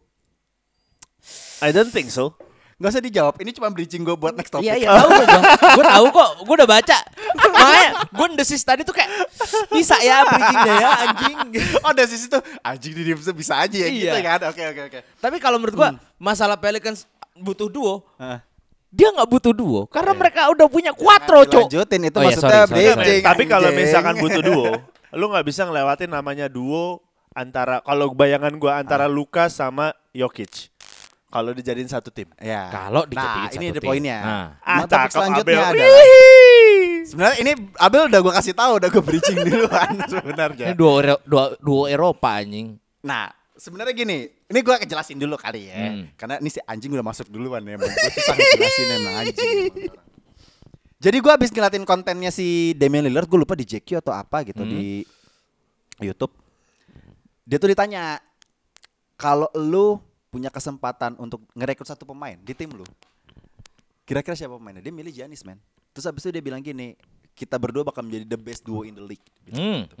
I don't think so. Gak usah dijawab. Ini cuma bridging gue buat next topic. Iya iya tahu gue, gue tahu kok, gue udah baca. Makanya gue ndesis tadi tuh kayak bisa ya bridgingnya ya anjing. Oh dari situ anjing di Dimsum bisa aja ya Iya. gitu kan. Oke oke oke. Tapi kalau menurut gue masalah Pelicans butuh duo, Hah. dia nggak butuh duo karena mereka udah punya Quattro, Jangan Cok. dilanjutin itu Oh iya, maksudnya sorry, sorry, bridging. Tapi kalau anjing. misalkan butuh duo, lu nggak bisa ngelewatin namanya duo antara kalau bayangan gua antara Luka sama Jokic. Kalau dijadiin satu tim. Ya. Kalau Nah, dijadiin ini satu ada tim. poinnya. Nah. Ah, Nah, topik cakep selanjutnya Abel. ada. Wih. Sebenarnya ini Abel udah gue kasih tahu, udah gue bridging duluan sebenarnya. Ini duo Ero- duo, duo Eropa anjing. Nah, sebenarnya gini, ini gue kejelasin dulu kali ya. Hmm. Karena ini si anjing udah masuk duluan ya. Gue susah ngejelasin emang anjing. emang. Jadi gue abis ngeliatin kontennya si Damian Lillard, gue lupa di J Q atau apa gitu Hmm. di YouTube. Dia tuh ditanya, kalau lu punya kesempatan untuk ngerekrut satu pemain di tim lu, kira-kira siapa pemainnya? Dia milih Giannis, man. Terus abis itu dia bilang gini, kita berdua bakal menjadi the best duo in the league. Hmm, hmm.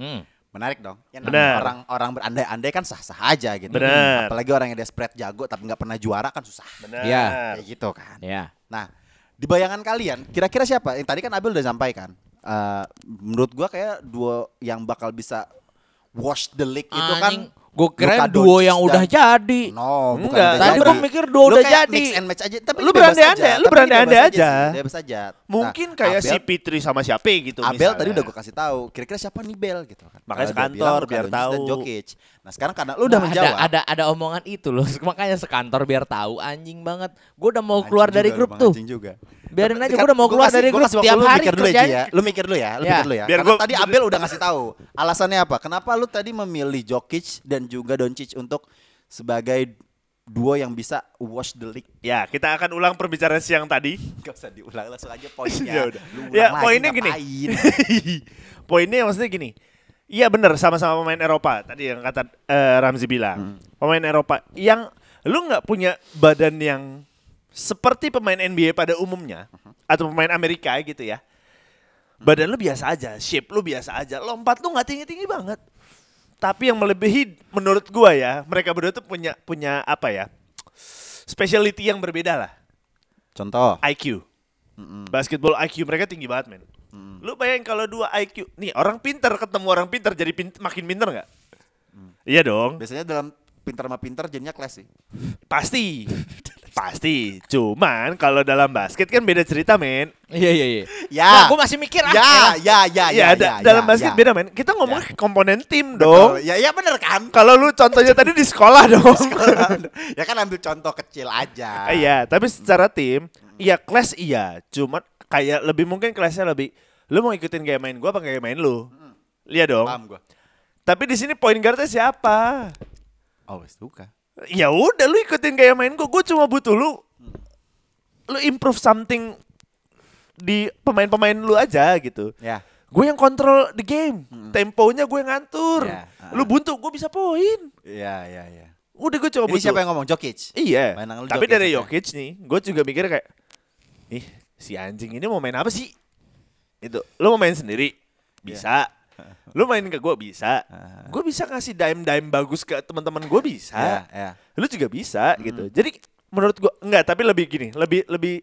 Menarik dong. Ya, Benar. Orang orang berandai-andai kan sah-sah aja gitu. Benar. Apalagi orang yang desperate jago tapi nggak pernah juara kan susah. Benar. Iya. Kayak gitu kan. Ya. Nah, di bayangan kalian kira-kira siapa? Yang tadi kan Abel udah sampaikan. Eh, menurut gua kayak duo yang bakal bisa wash the league itu kan. Gue kira Luka duo Doncic yang udah dan- jadi. No, bukan Enggak. udah Tadi jadi. gua mikir duo Lu udah kayak jadi. mix and match aja. Tapi Lu bebas berandai-andai, aja. lu Tapi berandai-andai bebas aja. sih, Bebas aja. Mungkin Nah, kayak Abel, si Fitri sama siapa gitu Abel misalnya. tadi udah gue kasih tahu. Kira-kira siapa nih Bel gitu kan. Makanya Kalau dia sekantor, bilang Luka biar Doncic dan tahu. Jokic. Nah, sekarang karena lu udah Nah, menjawab. Ada, ada ada omongan itu loh. Makanya sekantor biar tahu anjing banget. Gue udah mau Anjing keluar juga dari lu, grup Bang, tuh. anjing juga. Biarin aja, Kan gue udah mau gua keluar kasih- dari gua grup kasih waktu tiap lu hari mikir dulu ya, Ji, kerjanya. ya. Lu mikir dulu ya, lu Ya. mikir dulu ya. Biar Karena gua- tadi Abel udah ngasih tahu. Alasannya apa? Kenapa lu tadi memilih Jokic dan juga Doncic untuk sebagai duo yang bisa wash the league? Ya, kita akan ulang perbicaraan siang tadi. Gak usah diulang, langsung aja poinnya. Ya udah. Lu ulang Ya, lagi, poinnya gini. ngapain? Poinnya maksudnya gini. Iya benar, sama-sama pemain Eropa. Tadi yang kata eh, Ramzi bilang. Pemain Eropa yang lu nggak punya badan yang seperti pemain N B A pada umumnya atau pemain Amerika gitu ya. Badan lu biasa aja, shape lu biasa aja, lompat lu nggak tinggi-tinggi banget. Tapi yang melebihi menurut gua ya, mereka berdua tuh punya punya apa ya? Specialty yang berbeda lah. Contoh. I Q. Basketball I Q mereka tinggi banget, men. Lu bayangin kalau dua I Q, nih orang pintar ketemu orang pintar jadi pin- makin pintar nggak? Iya dong, Biasanya dalam pintar sama pintar jadinya kelas sih. pasti, pasti. Cuman kalau dalam basket kan beda cerita, men. Iya iya iya. Ya. Nah, gue masih mikir ah. Ya, elah. ya, ya, Ya, ya, da- ya, dalam ya, basket ya. beda, men. Kita ngomong komponen tim Betul. dong. Ya, ya bener kan? Kalau lu contohnya tadi di sekolah dong. Ya kan ambil contoh kecil aja. Iya, tapi secara tim, iya kelas iya. Cuman kayak lebih mungkin kelasnya lebih, lu mau ikutin gaya main gua apa gaya main lu? Iya dong. Paham gua. Tapi di sini point guardnya siapa? Oh, suka. Ya udah lu ikutin gaya main gue, gue cuma butuh lu lu improve something di pemain-pemain lu aja gitu. Ya. Gue yang kontrol the game, temponya gue yang ngatur. Ya, uh-uh. Lu buntu, gue bisa poin. Iya, iya, iya. Udah gue cuma Ini butuh. siapa yang ngomong? Jokic? Iya. Mainan lu Tapi Jokic, dari ya? Jokic nih, gue juga mikir kayak, ih si anjing ini mau main apa sih? Itu, lu mau main sendiri? Bisa. Lu main ke gue bisa. Gue bisa ngasih dime-dime bagus ke teman-teman gue bisa. Ya, ya. Lu juga bisa gitu. Jadi menurut gua enggak, tapi lebih gini, lebih lebih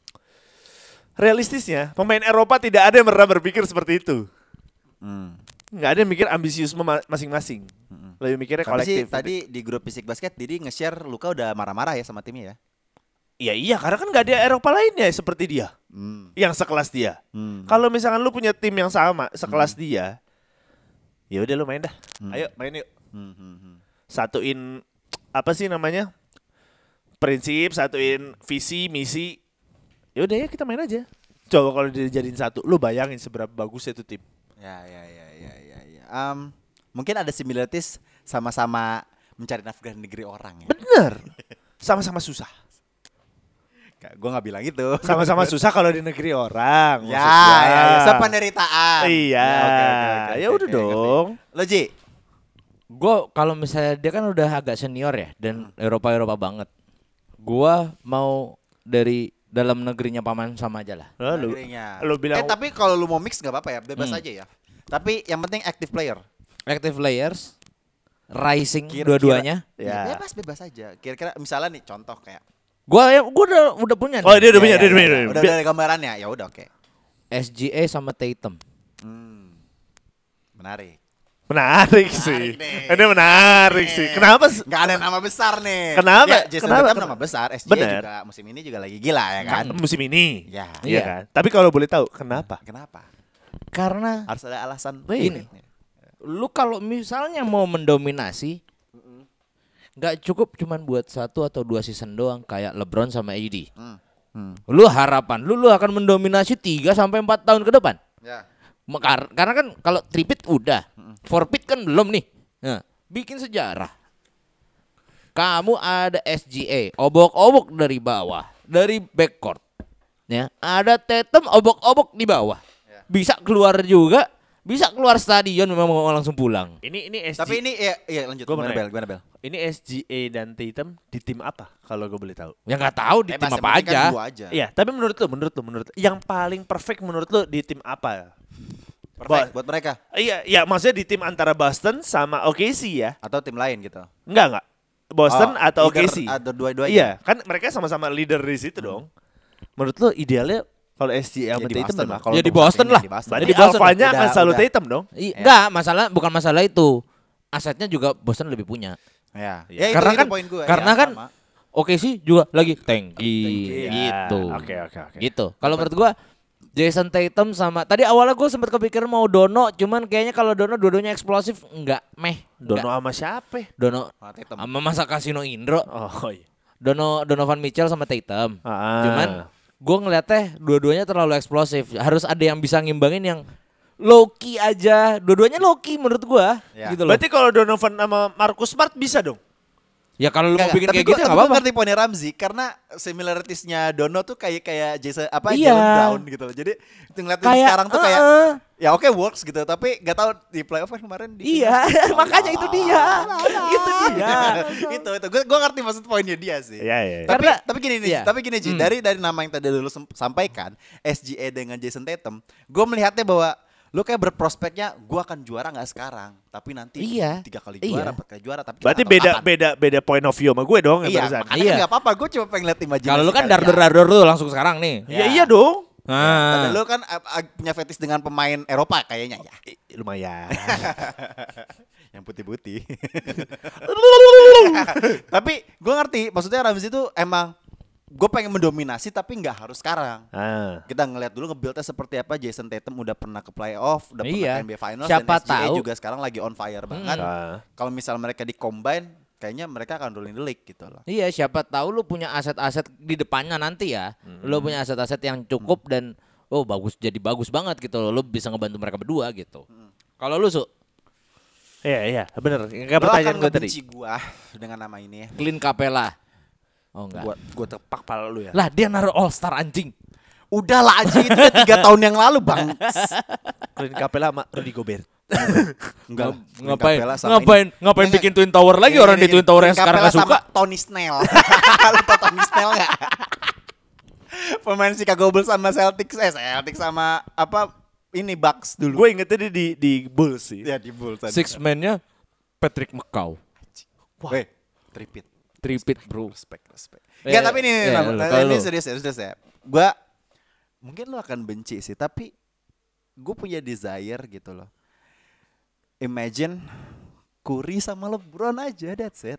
realistisnya pemain Eropa tidak ada yang pernah berpikir seperti itu. Hmm. Enggak ada yang mikir ambisius mema- masing-masing. Lebih mikirnya Tapi sih kolektif. tadi di grup Fisik Basket Didi nge-share Luka udah marah-marah ya sama timnya ya. Iya iya, karena kan nggak ada Eropa lainnya seperti dia, Hmm. yang sekelas dia. Hmm. Kalau misalkan lu punya tim yang sama sekelas dia, ya udah lu main dah. Ayo main yuk. Hmm, hmm, hmm. Satuin apa sih namanya? Prinsip, satuin visi, misi. Ya udah ya kita main aja. Coba kalau dijadiin satu, lu bayangin seberapa bagus itu tim. Ya, ya, ya, ya, ya, ya. Um, mungkin ada similarities sama-sama mencari nafkah di negeri orang ya. Bener. Sama-sama susah. Gue nggak bilang itu. Sama-sama susah kalau di negeri orang. Ya, maksud gua. ya, ya. Sependeritaan. Iya. Ya, oke, oke, oke, Ya oke, udah oke, dong. ngerti. Lo Ji? Gue kalau misalnya dia kan udah agak senior ya dan Eropa Eropa banget. Gua mau dari dalam negerinya paman sama aja lah. Lu, Negerinya. lu bilang Eh tapi kalau lu mau mix nggak apa-apa ya, bebas Hmm. aja ya. Tapi yang penting active player. Active players, rising Kira-kira- dua-duanya. Ya. ya. Bebas bebas aja. Kira-kira misalnya nih contoh kayak. Gua ya gua udah udah punya nih. Oh, dia udah Ya, punya, ya, dia udah ya, punya. ya. dia Udah punya. ada gambarannya. Ya udah oke. S G A sama Tatum. Hmm. Menarik. Menarik sih. nih. Ini menarik sih. Kenapa? s- Nggak ada nama besar nih. Kenapa? Ya, Jason Kenapa? Tatum nama besar. S G A Bener. juga musim ini juga lagi gila ya kan. Musim ini. Ya. Iya Iya. kan? Tapi kalau boleh tahu, kenapa? Kenapa? Karena Harus ada alasan. Ini. lu kalau misalnya mau mendominasi nggak cukup cuman buat satu atau dua season doang kayak LeBron sama A D. Hmm. Hmm. Lu harapan lu lu akan mendominasi tiga sampai empat tahun ke depan. Ya. Mekar- Karena kan kalau tripit udah, fourpit kan belum nih. Nah, bikin sejarah. Kamu ada S G A, obok-obok dari bawah, dari backcourt. Ya, ada Tatum obok-obok di bawah. Bisa keluar juga, bisa keluar stadion memang mau langsung pulang. Ini ini S G. Tapi ini ya, ya lanjut. Gua mau Gimana nanya. Bel? Gimana Bel? ini S G A dan Tatum di tim apa? Kalau gue boleh tahu. Ya nggak tahu di tim Bebas, yang apa penting kan aja. dua aja. Iya, tapi menurut lu, menurut lu, menurut lu, yang paling perfect menurut lu di tim apa? Perfect Ba- buat mereka Iya, iya maksudnya di tim antara Boston sama O K C ya. atau tim lain gitu. Enggak enggak. Boston Oh, atau O K either- C. Atau dua-duanya. Iya, kan mereka sama-sama leader di situ dong. Menurut lo idealnya kalau S G A Ya sama di Tatum Boston mana? lah. Kalau Ya di untuk saat Boston ini lah. di Boston. Berarti di Boston alfanya udah- akan selalu udah. Tatum dong. I, enggak, masalah bukan masalah itu. Asetnya juga Boston lebih punya. Ya. Iya. Ya, itu- Karena itu kan poin gue, karena ya, kan sama. Oke sih juga lagi tanky Tanky. gitu. Ya, Oke oke oke. Gitu. Kalau menurut gua Jason Tatum sama tadi awalnya gue sempat kepikiran mau Dono, cuman kayaknya kalau Dono dua-duanya eksplosif enggak meh. Dono Enggak. sama siapa? Dono Ah, Tatum. sama masa Kasino Indro. Oh iya. Dono Donovan Mitchell sama Tatum. Ah. Cuman gue ngeliatnya dua-duanya terlalu eksplosif. Harus ada yang bisa ngimbangin yang low key aja. Dua-duanya low key menurut gua Ya. gitu loh. Berarti kalau Donovan sama Marcus Smart bisa dong? Ya kalau lu mau Enggak, bikin tapi kayak gua- gitu tapi enggak gua apa-apa. ngerti poinnya Ramzi karena similaritiesnya Dono tuh kayak kayak Jason apa Iya. Jalen Brown gitu loh. Jadi ngeliatin Kayak, sekarang tuh kayak uh-uh. ya oke works gitu tapi nggak tahu di playoff kan kemarin di Iya, makanya itu dia. Itu dia. itu itu gue gue ngerti maksud poinnya dia sih. Iya iya. iya. Tapi Karena- tapi gini nih, iya. tapi gini Ji, Hmm. dari dari nama yang tadi dulu sem- sampaikan S G A dengan Jason Tatum, gue melihatnya bahwa lu kayak berprospeknya gue akan juara nggak sekarang, tapi nanti Iya. tiga kali Iya. juara, empat kali juara, tapi kita Berarti nggak tahu beda kapan. beda beda point of view sama gue dong yang Iya, barusan. makanya Iya. nggak apa-apa, gue cuma pengen lihat imajinasi. Kalau lu kan kalian. darder darder tuh langsung sekarang nih. Iya iya dong. Karena Ah. lu kan uh, uh, punya fetish dengan pemain Eropa kayaknya ya. I- Lumayan. Yang putih-putih. Tapi gue ngerti, maksudnya Ramzi itu emang gue pengen mendominasi tapi nggak harus sekarang. Ah. Kita ngeliat dulu nge-buildnya seperti apa. Jason Tatum udah pernah ke playoff, udah Iya. pernah ke N B A Finals, Siapa dan S G A tahu. juga sekarang lagi on fire banget. Ah. Kalau misal mereka di-combine, kayaknya mereka akan ruling the league gitu loh. Iya, siapa tahu lu punya aset-aset di depannya nanti ya. Lu punya aset-aset yang cukup dan oh bagus jadi bagus banget gitu loh. Lu bisa ngebantu mereka berdua gitu. Kalau lu Su, Iya iya benar. Enggak Lo pertanyaan akan gue tadi. ngebenci gue dengan nama ini ya. Clint Capella. Oh enggak. Gua gua tepak pala lu ya. Lah dia naruh All Star anjing. Udah lah anjing, itu udah tiga tahun yang lalu bang. Clint Capella sama Rudy Gobert. Enggak lah. Ngapain? Capella sama Ngapain? ini. Ngapain Enggak, bikin Twin Tower lagi Gini, orang gini, di Twin Tower yang gini. sekarang Capella gak suka? sama Tony Snell. Lu tau Tony Snell gak? Pemain Chicago Bulls sama Celtics, eh Celtics sama apa ini Bucks dulu. Gue ingetnya dia di di Bulls sih. Ya di Bulls. tadi. Six man-nya Patrick McCaw. Weh, tripit. Tripit bro. Respect, respect. Eh, Enggak, tapi ini eh, Nam, lu, nah, kalau ini lu. serius, serius, serius ya. Gua mungkin lu akan benci sih, tapi gue punya desire gitu loh. Imagine Curry sama LeBron aja, that's it.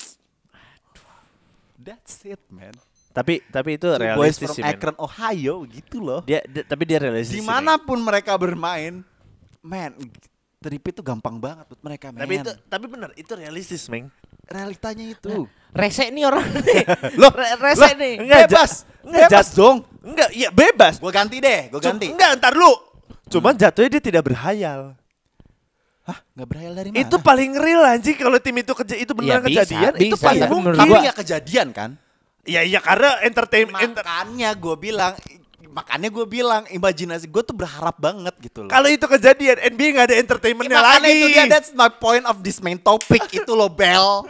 That's it, man. Tapi tapi itu Two boys realistis from sih men. Akron, Ohio gitu loh. Dia, dia tapi dia realistis. sih, men. Dimanapun mereka bermain, man, tripit itu gampang banget buat mereka, man. Tapi itu tapi benar itu realistis, Meng. realitanya itu. Rese nih orang nih. Loh, Re- Rese lah, nih. Enggak, bebas, ja- enggak, bebas jat- dong. Enggak, iya bebas. Gue ganti deh, gue Cum- ganti. Enggak, ntar lu. Cuman jatuhnya dia tidak berhayal. Hah, nggak berhayal dari mana? Itu paling real anjing kalau tim itu keja itu beneran Iya, bisa, kejadian itu bisa, paling tapi mungkin. menurut Tapi gua- nggak kejadian kan? Iya iya karena entertainment enter- Makanya gue bilang, makanya gue bilang imajinasi gue tuh berharap banget gitu loh. kalau itu kejadian N B A nggak ada Ya, entertainmentnya makanya lagi. itu dia, that's my point of this main topic itu loh Bel.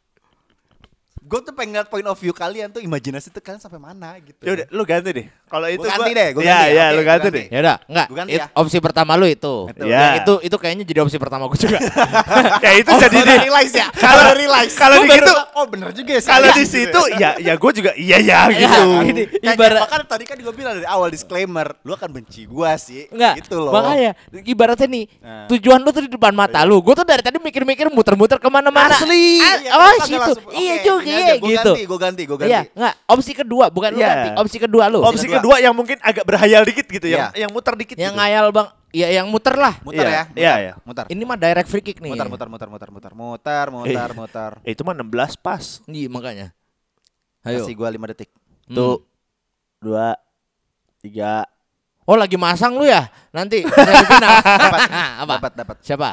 Gue tuh pengen liat point of view kalian tuh, imajinasi tuh kalian sampai mana gitu. Ya udah, lu ganti deh. Kalau itu ganti gua- deh, gua Iya ganti ya, iya, oke, lu gua ganti ganti. deh. Ya udah, enggak. Gua ganti It- ya. opsi pertama lu itu. Itu. Ya. Ya, itu itu kayaknya jadi opsi pertama gue juga. Ya itu Oh, jadi udah deh. realize ya. Kalau- Udah realize. kalau Gua di baru gitu- bilang, oh bener juga ya. Kalau saya di gitu situ ya ya gue juga iya ya Ya, gitu. ini Kayak- ibarat makanya tadi kan gue bilang dari awal disclaimer, lu akan benci gua sih. enggak. Gitu loh. Makanya ibaratnya nih, Nah. tujuan lu tuh di depan mata lu. Gue tuh dari tadi mikir-mikir muter-muter kemana mana Asli. Ah, Iya, oh, kita nggak situ. langsung, Iya oke, juga ini ya aja, gua gitu. ganti, gue ganti, gue ganti. Iya, enggak. Opsi kedua, bukan lu Iya. ganti. Opsi kedua lu. Opsi kedua. kedua yang mungkin agak berhayal dikit gitu, yang Iya. yang muter dikit Yang gitu. ngayal Bang. Ya yang muter lah. Muter Iya, ya. iya, iya. Muter. Ini mah direct free kick nih. Muter, muter, muter, muter, muter, muter, muter, muter. Eh, itu mah enam belas pas. Iya, makanya. Ayo. Kasih gue lima detik. Hmm. Tuh. Dua. Tiga. Oh, lagi masang lu ya? Nanti semifinal. Dapat, Apa? dapat, dapat. Siapa?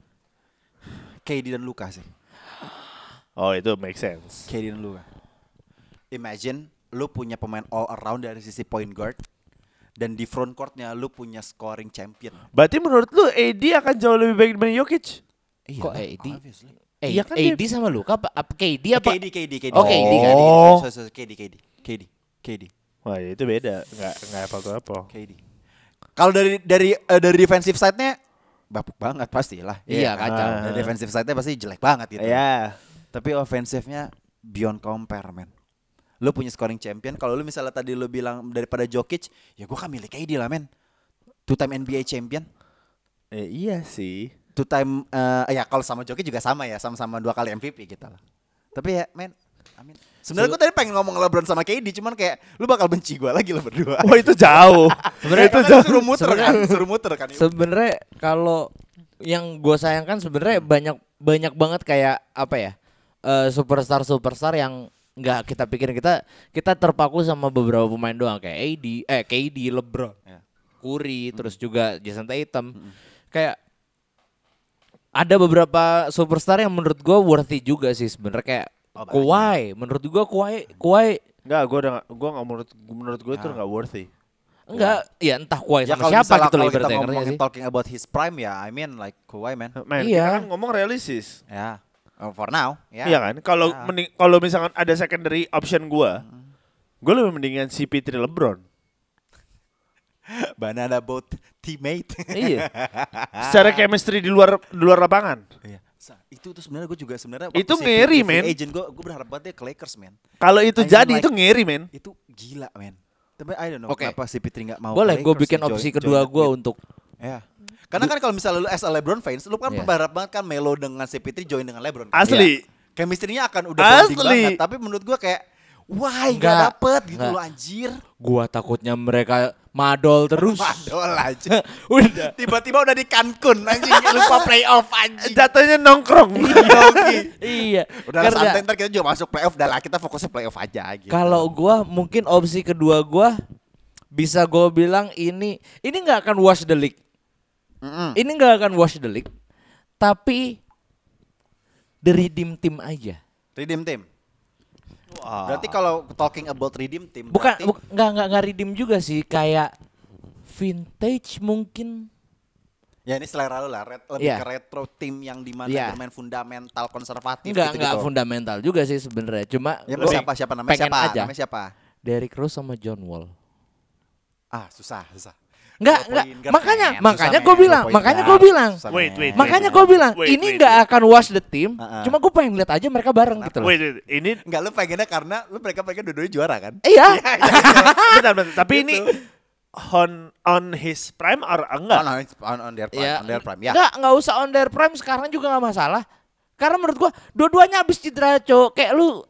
K D dan Luka sih. Oh itu make sense. K D dan Luka. Imagine lu punya pemain all around dari sisi point guard, dan di front courtnya lu punya scoring champion. Berarti menurut lu A D akan jauh lebih baik dibanding Jokic? Iya, Kok A D? obviously. Eh, Iya kan A D sama Luka apa, apa K D apa? K D, K D, K D. Oh, K D, K D. Oh. So, so, K D, K D, K D, K D, Wah ya itu beda, nggak nggak apa apa. K D. Kalau dari dari uh, dari defensive side-nya bapuk banget pastilah. Iya, kan? kacau. Dari defensive side-nya pasti jelek banget gitu. Iya. Tapi offensive-nya beyond compare, men. Lu punya scoring champion. Kalau lu misalnya tadi lu bilang daripada Jokic, ya gua kan milih K D lah, men. Two time N B A champion. Eh, iya sih. Two time uh, ya kalau sama Jokic juga sama ya, sama-sama dua kali M V P gitu lah. Tapi ya, men, amin. Sebenarnya gue tadi pengen ngomong LeBron sama K D, cuman kayak lu bakal benci gue lagi lo berdua. Wah itu jauh. Sebenarnya itu jauh. Suruh muter kan, suruh muter kan. Sebenarnya kalau yang gue sayangkan sebenarnya banyak banyak banget kayak apa ya uh, superstar superstar yang nggak kita pikir kita kita terpaku sama beberapa pemain doang kayak A D, eh K D, LeBron, Ya. Curry, hmm. terus juga Jason Tatum, hmm. kayak ada beberapa superstar yang menurut gue worthy juga sih sebenarnya kayak oh, Kawhi, menurut gue Kawhi, Kawhi enggak, gue udah gue nggak menurut menurut gue itu nggak worthy. Enggak, ya entah Kawhi Ya, sama siapa gitu loh kita ibaratnya ngomongin sih. talking about his prime ya, I mean like Kawhi, man. Man, Iya. kita kan ngomong realistis. Ya, oh, for now. Ya. Iya kan? Kalau Ya. mending kalau misalkan ada secondary option gue, gue lebih mendingan C P three LeBron. Banana boat teammate. Iya. Secara chemistry di luar di luar lapangan. Iya. Sa- Itu tuh sebenarnya gue juga sebenarnya Itu waktu ngeri, free men. Agent gue gue berharap banget dia ke Lakers, man. Kalau itu I mean, jadi like- itu ngeri, men. Itu gila, man. Tapi I don't know Oke. kenapa si Fitri nggak mau. Boleh ke gue Lakers bikin nih, opsi join- kedua join gue with- untuk Ya. Karena kan kalau misalnya lu as a LeBron fans, lu kan Iya. berharap banget kan Melo dengan si Fitri join dengan LeBron. kan? Asli. Chemistry-nya akan udah bonding Asli. banget. Tapi menurut gue kayak why Enggak. nggak dapet gitu Enggak. lo anjir. gua takutnya mereka madol terus. Madol aja. Udah. Tiba-tiba udah di Cancun anjing lupa playoff anjing. Jatuhnya nongkrong. Iya. Udah lah, Karena santai ntar kita juga masuk playoff. Udah lah kita fokusnya playoff aja gitu. kalau gua mungkin opsi kedua gua bisa gua bilang ini ini nggak akan wash the league. Mm-mm. Ini nggak akan wash the league. Tapi the redeem team aja. Redeem team. Wah. Berarti kalau talking about redeem team Bukan berarti- buk, nggak nggak nggak redeem juga sih kayak vintage mungkin. ya ini selera lu lah, ret, lebih Iya. ke retro team yang dimana Iya. bermain fundamental konservatif Enggak gitu, enggak fundamental juga sih sebenarnya. Cuma Ya gua siapa siapa namanya pengen siapa? aja. Namanya siapa? Derrick Rose sama John Wall. Ah, susah, susah. Enggak, Dua enggak. point guard, Makanya, men. makanya Susah, gue men. bilang, Dua point makanya guard. gue bilang. Susah, Wait, men. wait, Makanya wait. gue bilang, Wait, ini wait, nggak wait. akan wash the team. Uh-uh. Cuma gue pengen lihat aja mereka bareng gitu loh. Wait, wait, ini Enggak, lu pengennya karena lu mereka pengen dua-duanya juara kan? Iya. bentar, bentar. Tapi ini on on his prime or enggak? On, on, on their prime, Ya, on their prime. Ya. Enggak, enggak usah on their prime sekarang juga nggak masalah. Karena menurut gua dua-duanya habis cedera, Cok. Kayak lu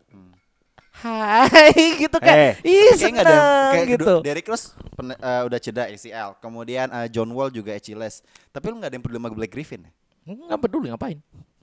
hai gitu kayak ih Kayak nggak ada seneng kayak gitu. Du- Derrick Rose pen- eh, udah cedera A C L. Kemudian eh, John Wall juga Achilles. Tapi lu nggak ada yang peduli sama Blake Griffin. ya? Enggak peduli ngapain.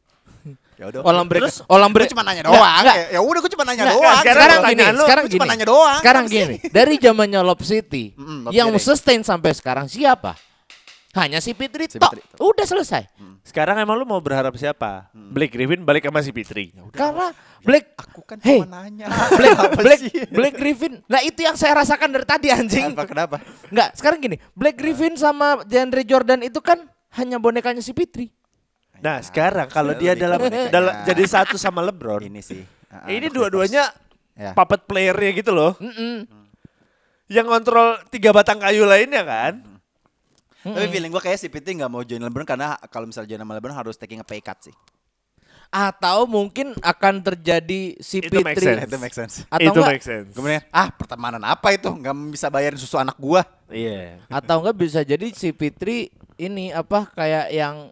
Ya udah. Olam break, Terus olam gue break. cuma nanya Nggak, doang. nggak. Ya, ya udah gue cuma nanya Nggak, doang. nggak, sekarang Sekarang gini, pertanyaan lu, sekarang gua cuma gini. nanya doang. Sekarang Apa sih? gini, dari zamannya Lob City Mm-mm, Lob yang City. sustain sampai sekarang siapa? Hanya si Fitri Si tok. Fitri tok. Udah selesai. Sekarang emang lu mau berharap siapa? Blake Griffin balik sama si Fitri. Karena Black Aku kan Hey, cuma nanya. Black Apa Black sih? Black Griffin. Nah, itu yang saya rasakan dari tadi anjing. Apa kenapa? Enggak, sekarang gini, Black Griffin sama DeAndre Jordan itu kan hanya bonekanya si Fitri. Nah, sekarang kalau dia Lebih dalam ke bonekanya. dalam jadi satu sama LeBron. Ini sih. Ah, ini The dua-duanya Clippers. Ya. puppet playernya gitu loh. Mm-mm. Yang kontrol tiga batang kayu lainnya kan. Tapi feeling gue kayak si Piti nggak mau join LeBron karena kalau misalnya join sama LeBron harus taking a pay cut sih. Atau mungkin akan terjadi si Itu make Fitri. sense. Itu make sense. Atau Itu enggak, make sense. Kemudian ah pertemanan apa itu nggak bisa bayarin susu anak gua. Iya. atau enggak bisa jadi si Fitri ini apa kayak yang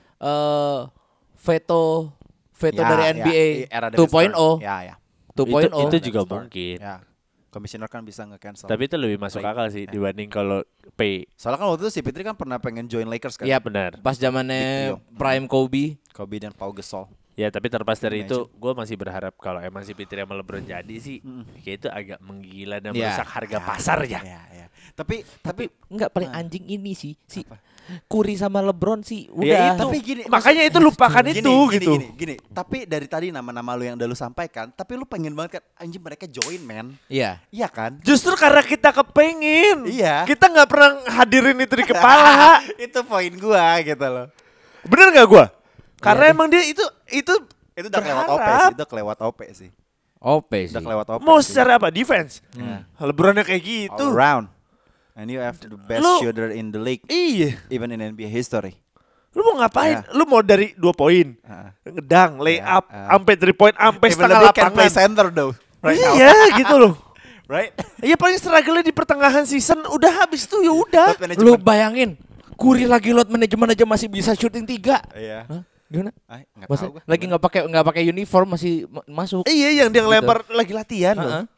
eh veto veto Ya, dari ya, N B A era David dua titik nol. Stern. Ya ya. dua titik nol. Itu juga Stern. mungkin. Ya. Komisioner kan bisa nge-cancel. Tapi itu lebih masuk Play. akal sih Ya. dibanding kalau pay. Soalnya kan waktu itu si Fitri kan pernah pengen join Lakers kan. Iya, Benar. pas zamannya Big deal. Prime Kobe. Kobe dan Pau Gasol. Ya tapi terlepas dari Imagine. itu, gue masih berharap kalau emang si Fitri sama LeBron jadi sih, kayak itu agak menggila dan Ya. merusak harga pasar ya. Ya, ya. Tapi Tapi enggak paling Nah. anjing ini sih si Apa? Curry sama LeBron sih udah. Ya itu. Tapi gini, Makanya itu lupakan gini, itu gini, gitu. Gini, gini, Tapi dari tadi nama-nama lu yang udah lu sampaikan, tapi lu pengen banget kan anjing mereka join, man. Iya. Iya kan? Justru karena kita kepengin. Iya. Kita nggak pernah hadirin itu di kepala. Itu poin gua gitu loh. Bener nggak gue? Karena Iya, emang dia itu itu Itu udah kelewat O P berharap. sih, itu kelewat O P sih. O P sih. Udah kelewat O P. Mau sih. secara apa? Defense. Ya. LeBronnya kayak All gitu. around. And you have the best Lu- shooter in the league, Iya. even in N B A history. Lu mau ngapain? Ya. Lu mau dari dua poin, Heeh. ngedang, lay Ya, up, uh. sampai three point, sampai Even setengah LeBron can play lapangan. center though. Right now. Iya gitu loh. Right? Iya paling struggle di pertengahan season udah habis tuh ya udah. Load Lu management. bayangin, Curry lagi load management aja masih bisa shooting tiga. Iya. Hah? Gimana? Ay, nggak Masa tahu gua. lagi nggak pakai nggak pakai uniform masih ma- masuk. Iya yang dia Gitu. ngelempar lagi latihan loh. Heeh.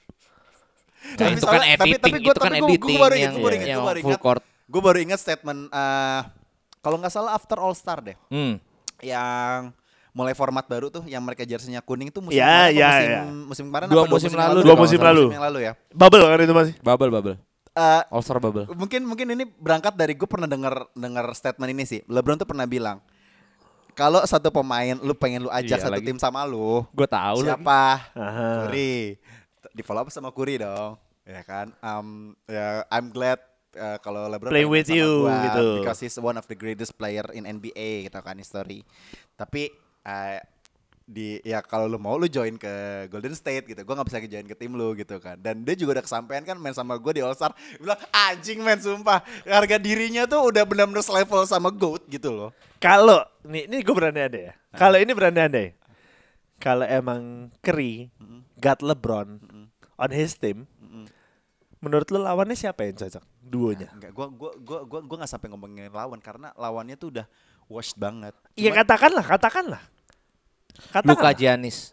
Tapi Nah, itu kan soalnya- tapi- editing, tapi gua- itu kan tapi gua- gua editing baru ingat, yang, gua baru ingat, yang gua baru full ingat. court. Gue baru ingat statement eh kalau nggak salah after All Star deh, Hmm. yang mulai format baru tuh, yang mereka jersinya kuning tuh musim Ya, kemarin apa ya, musim, ya. musim kemarin Dua apa musim lalu, deh dua kalau musim nggak salah, lalu. musim yang lalu ya. Bubble kan itu masih. Bubble bubble. Eh, All Star bubble. mungkin mungkin ini berangkat dari gue pernah dengar dengar statement ini sih. LeBron tuh pernah bilang, kalau satu pemain lu pengen lu ajak Iya satu lagi. tim sama lu, Gue tahu lagi. siapa? Aha. Curry. Di follow up sama Curry dong, ya kan? Um, ya, I'm glad uh, kalau LeBron Play pengen with sama you, gua, gitu. because he's one of the greatest player in N B A gitu kan, history. Tapi uh, di ya kalau lu mau lu join ke Golden State gitu, gue nggak bisa join ke tim lu gitu kan. Dan dia juga udah kesampaian kan main sama gue di All Star, dia bilang anjing men sumpah, harga dirinya tuh udah benar-benar selevel sama GOAT gitu loh. Kalau nih ini gue berani ada ya. Kalau ini berani ada ya. Kalau emang Curry got LeBron on his team, menurut lu lawannya siapa yang cocok? Duonya. Enggak, gua gua gua gua gua nggak sampai ngomongin lawan karena lawannya tuh udah washed banget. Iya Cuman- katakanlah, katakanlah. Luka Katakanlah. Giannis.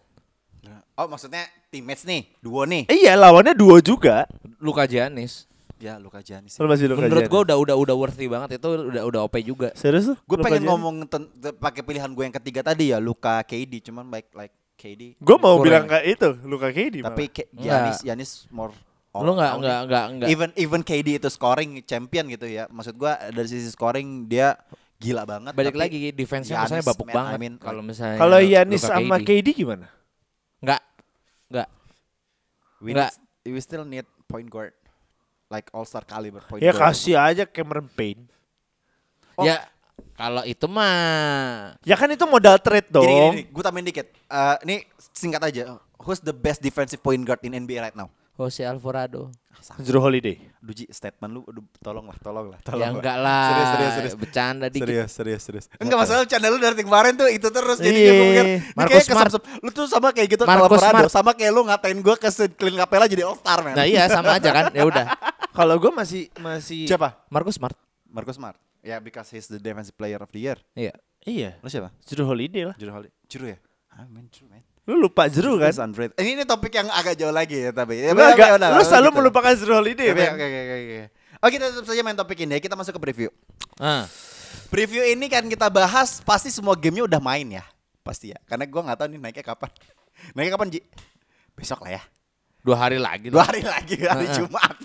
Oh maksudnya teammates nih, duo nih. Iya lawannya duo juga. Luka Giannis. Ya Luka Giannis. Lu masih Luka Menurut Giannis. gue udah udah udah worthy banget, itu udah udah O P juga. Serius tuh? Gue Luka pengen Giannis? ngomong ten- te- pakai pilihan gue yang ketiga tadi ya Luka K D, cuman baik like K D. Gue mau Kurang. bilang kayak itu, Luka K D. Tapi malah. K- Enggak. Giannis Giannis more. all- Lu nggak all nggak nih. nggak nggak. Even even K D itu scoring champion gitu ya. Maksud gue dari sisi scoring dia gila banget. Balik tapi lagi defense-nya Giannis, maksudnya bapuk man, banget. I mean, Kalau like- misalnya kalau Giannis Luka sama K D. K D gimana? Nggak nggak. we, Nggak. need- we still need point guard like all star caliber point Ya guard. kasih aja Cameron Payne. Oh. Ya kalau itu mah Ya kan itu modal trade dong. Gini, gini, gini. Gue tambahin dikit. Eh, ini singkat aja. Who's the best defensive point guard in N B A right now? Jose Alvarado. Drew Holiday. Aduh Ji, statement lu, aduh, tolong lah, tolong lah, Ya tolong lah. enggak lah. Serius, serius, serius. Bercanda dikit. Serius, serius, serius. Enggak masalah canda lu dari kemarin tuh itu terus jadi Iya. gue pikir ini Marcus kayak Smart. kesep-sep. Lu tuh sama kayak gitu Marcus Alvarado, Smart. sama kayak lu ngatain gue ke Clint Capella jadi All Star man. Nah iya sama aja kan. Ya udah. Kalau gue masih masih Siapa? Marcus Smart. Marcus Smart. Ya, because he's the defensive player of the year. Iya. Iya. Lu siapa? Drew Holiday lah. Juru Holiday. Juru ya? Ah, man, Juru, man. Lu lupa Drew kan? He's underrated. Ini, ini topik yang agak jauh lagi ya tapi. Ya, Lu, oke, agak, udah, lu gitu. selalu melupakan Drew Holiday Oke, man. oke, oke, oke, oke. Oke, kita tutup saja main topik ini ya. Kita masuk ke preview. Ah. Preview ini kan kita bahas pasti semua gamenya udah main ya. Pasti ya. Karena gua nggak tahu nih naiknya kapan. Naiknya kapan, Ji? Besok lah ya. Dua hari lagi. Dua lah. hari lagi, hari Jumat.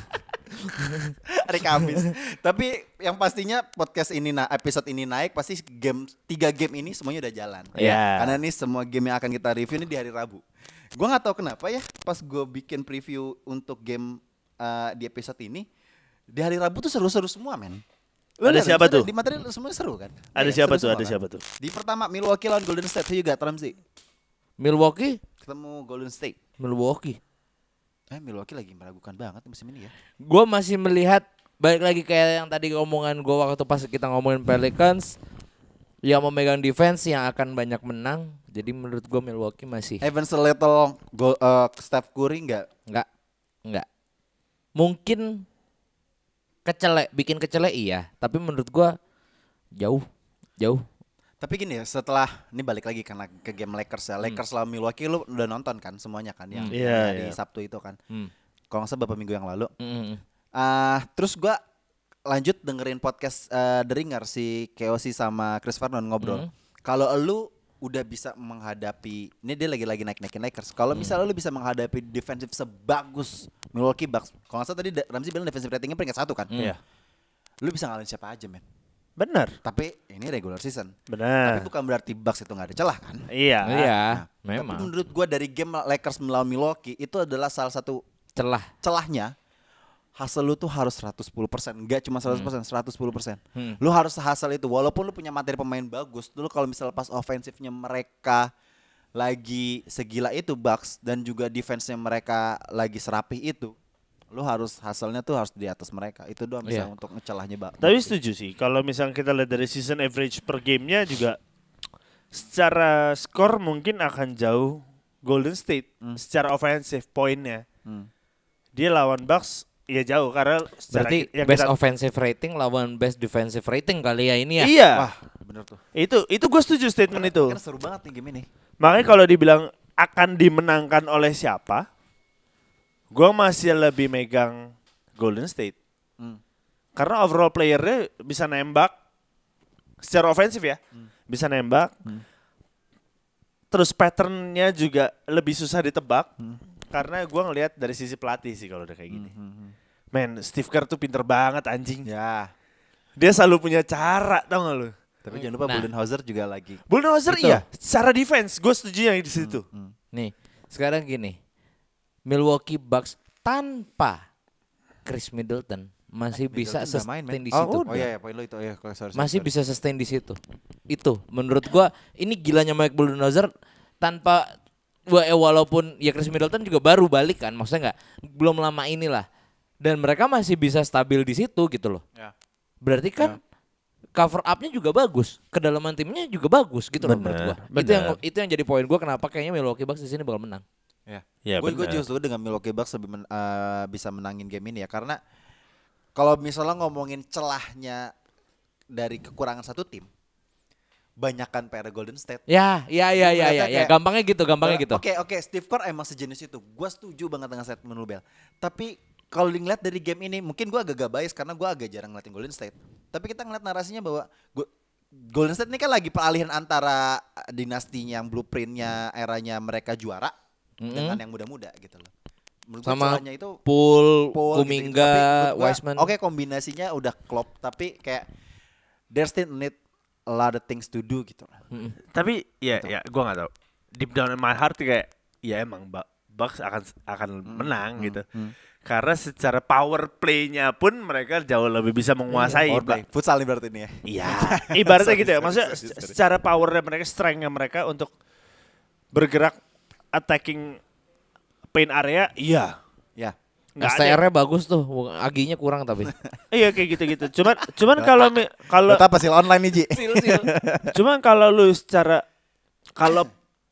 Hari Kamis. Tapi yang pastinya podcast ini nah episode ini naik pasti game tiga game ini semuanya udah jalan. Iya. Karena ini semua game yang akan kita review ini di hari Rabu. Gua nggak tahu kenapa ya pas gue bikin preview untuk game uh, di episode ini di hari Rabu tuh seru-seru semua men. Ada Bener, siapa maksudnya tuh? Di materi semua seru kan? Ada Iya, siapa seru tuh? semua Ada kan? siapa tuh? Di pertama Milwaukee lawan Golden State Who you got Ramzi? Milwaukee. Ketemu Golden State. Milwaukee. Eh Milwaukee lagi meragukan banget musim ini ya. Gue masih melihat balik lagi kayak yang tadi omongan gue waktu pas kita ngomongin Pelicans yang memegang defense yang akan banyak menang. Jadi menurut gue Milwaukee masih Evans Little go, uh, Steph Curry enggak? enggak enggak. Mungkin kecele bikin kecele iya, tapi menurut gue jauh jauh. Tapi gini ya, setelah ini balik lagi karena ke game Lakers ya. Hmm. Lakers lawan Milwaukee lu udah nonton kan semuanya kan yang Hmm. yang Iya, hari iya. Sabtu itu kan. Hmm. Kalau nggak salah beberapa minggu yang lalu. Mm-mm. Ah, terus gua lanjut dengerin podcast eh, The Ringer si K O C sama Chris Vernon ngobrol. Hmm. Kalau lu udah bisa menghadapi ini dia lagi-lagi naik-naikin Lakers. Kalau misalnya lu bisa menghadapi defensif sebagus Milwaukee Bucks. Kalau nggak salah tadi Da- Ramzi bilang defensive ratingnya peringkat satu kan. Hmm. Iya. Lu bisa ngalahin siapa aja men. Benar. Tapi ini regular season. Benar. Tapi bukan berarti Bucks itu nggak ada celah kan. Iya. Iya, Nah, memang Tapi menurut gua dari game Lakers melawan Milwaukee itu adalah salah satu celah. celahnya. Hasil lu tuh harus seratus sepuluh persen, enggak cuma seratus persen, seratus sepuluh persen. Hmm. Lu harus hasil itu walaupun lu punya materi pemain bagus. Dulu kalau misalnya pas ofensifnya mereka lagi segila itu Bucks dan juga defense-nya mereka lagi serapih itu, Lu harus hasilnya tuh harus di atas mereka. Itu doang bisa Iya. untuk ngecelahnya Bak. Tapi setuju sih, kalau misalnya kita lihat dari season average per gamenya juga secara skor mungkin akan jauh Golden State Hmm. secara offensive poinnya. Hmm. Dia lawan Bucks ya jauh karena secara Berarti ki- yang best kita- offensive rating lawan best defensive rating kali ya ini ya. Iya, Wah, bener tuh. itu itu gue setuju statement itu. Kan seru banget nih game ini. Makanya kalau dibilang akan dimenangkan oleh siapa, gue masih lebih megang Golden State. Hmm. Karena overall playernya bisa nembak secara ofensif ya, bisa nembak. Hmm. Terus patternnya juga lebih susah ditebak. Karena gue ngelihat dari sisi pelatih sih kalau udah kayak gini. Hmm. Men, Steve Kerr tuh pinter banget anjing. Ya. Dia selalu punya cara, tau gak lu? Tapi jangan lupa Nah. Budenholzer juga lagi. Bulldozer Betul. iya, secara defense gue setuju yang di situ. Hmm. Nih, sekarang gini. Milwaukee Bucks tanpa Chris Middleton masih bisa Middleton nggak main, sustain men. di Oh, situ. Oh iya, ya, poin lo itu. Oh iya, sorry, sorry, Masih sorry. bisa sustain di situ. Itu menurut gua ini gilanya Mike Budenholzer tanpa wa- eh, walaupun ya Chris Middleton juga baru balik kan, maksudnya nggak belum lama inilah. Dan mereka masih bisa stabil di situ gitu loh. Ya. Berarti kan cover up-nya juga bagus, kedalaman timnya juga bagus gitu loh Bener, menurut gua. Itu bener. yang itu yang jadi poin gua kenapa kayaknya Milwaukee Bucks di sini bakal menang. Ya. Ya, gue gue bener. justru dengan Milwaukee Bucks lebih men- eh, bisa menangin game ini ya karena kalau misalnya ngomongin celahnya dari kekurangan satu tim, banyakkan P R Golden State. Ya, ya, ya, ya, Gua ya, ngeliatnya ya, kayak- gampangnya gitu, gampangnya gitu. Oke oke Steve Kerr emang sejenis itu. Gue setuju banget dengan statement lu Bel. Tapi kalau dilihat dari game ini mungkin gue agak-agak bias karena gue agak jarang ngeliatin Golden State. Tapi kita ngeliat narasinya bahwa gua- Golden State ini kan lagi peralihan antara dinastinya yang blueprintnya eranya mereka juara Mm-mm. dengan yang muda-muda gitu loh. Menurut gua Sama celahnya itu Pool, Paul Kuminga, gitu-gitu. Tapi menurut gua, Wiseman. Oke kombinasinya udah klop tapi kayak there still need a lot of things to do gitu. Mm-mm. Tapi ya ya gue nggak tahu. Deep down in my heart kayak ya emang Bu- Bucks akan akan menang gitu. hmm. Karena secara power play-nya pun mereka jauh lebih bisa menguasai. Power play. Ba- Futsal nih berarti ini ya. Iya, ibaratnya Sorry, gitu ya. sorry, Maksudnya sorry, se- sorry. secara powernya mereka, strength-nya mereka untuk bergerak attacking paint area, iya. Ya. Nggak S T ada. R-nya bagus tuh, aginya kurang tapi. Iya kayak gitu-gitu. Cuman cuman kalau mi- kalau Buat apa sih online nih Ji? cuman kalau lu secara kalau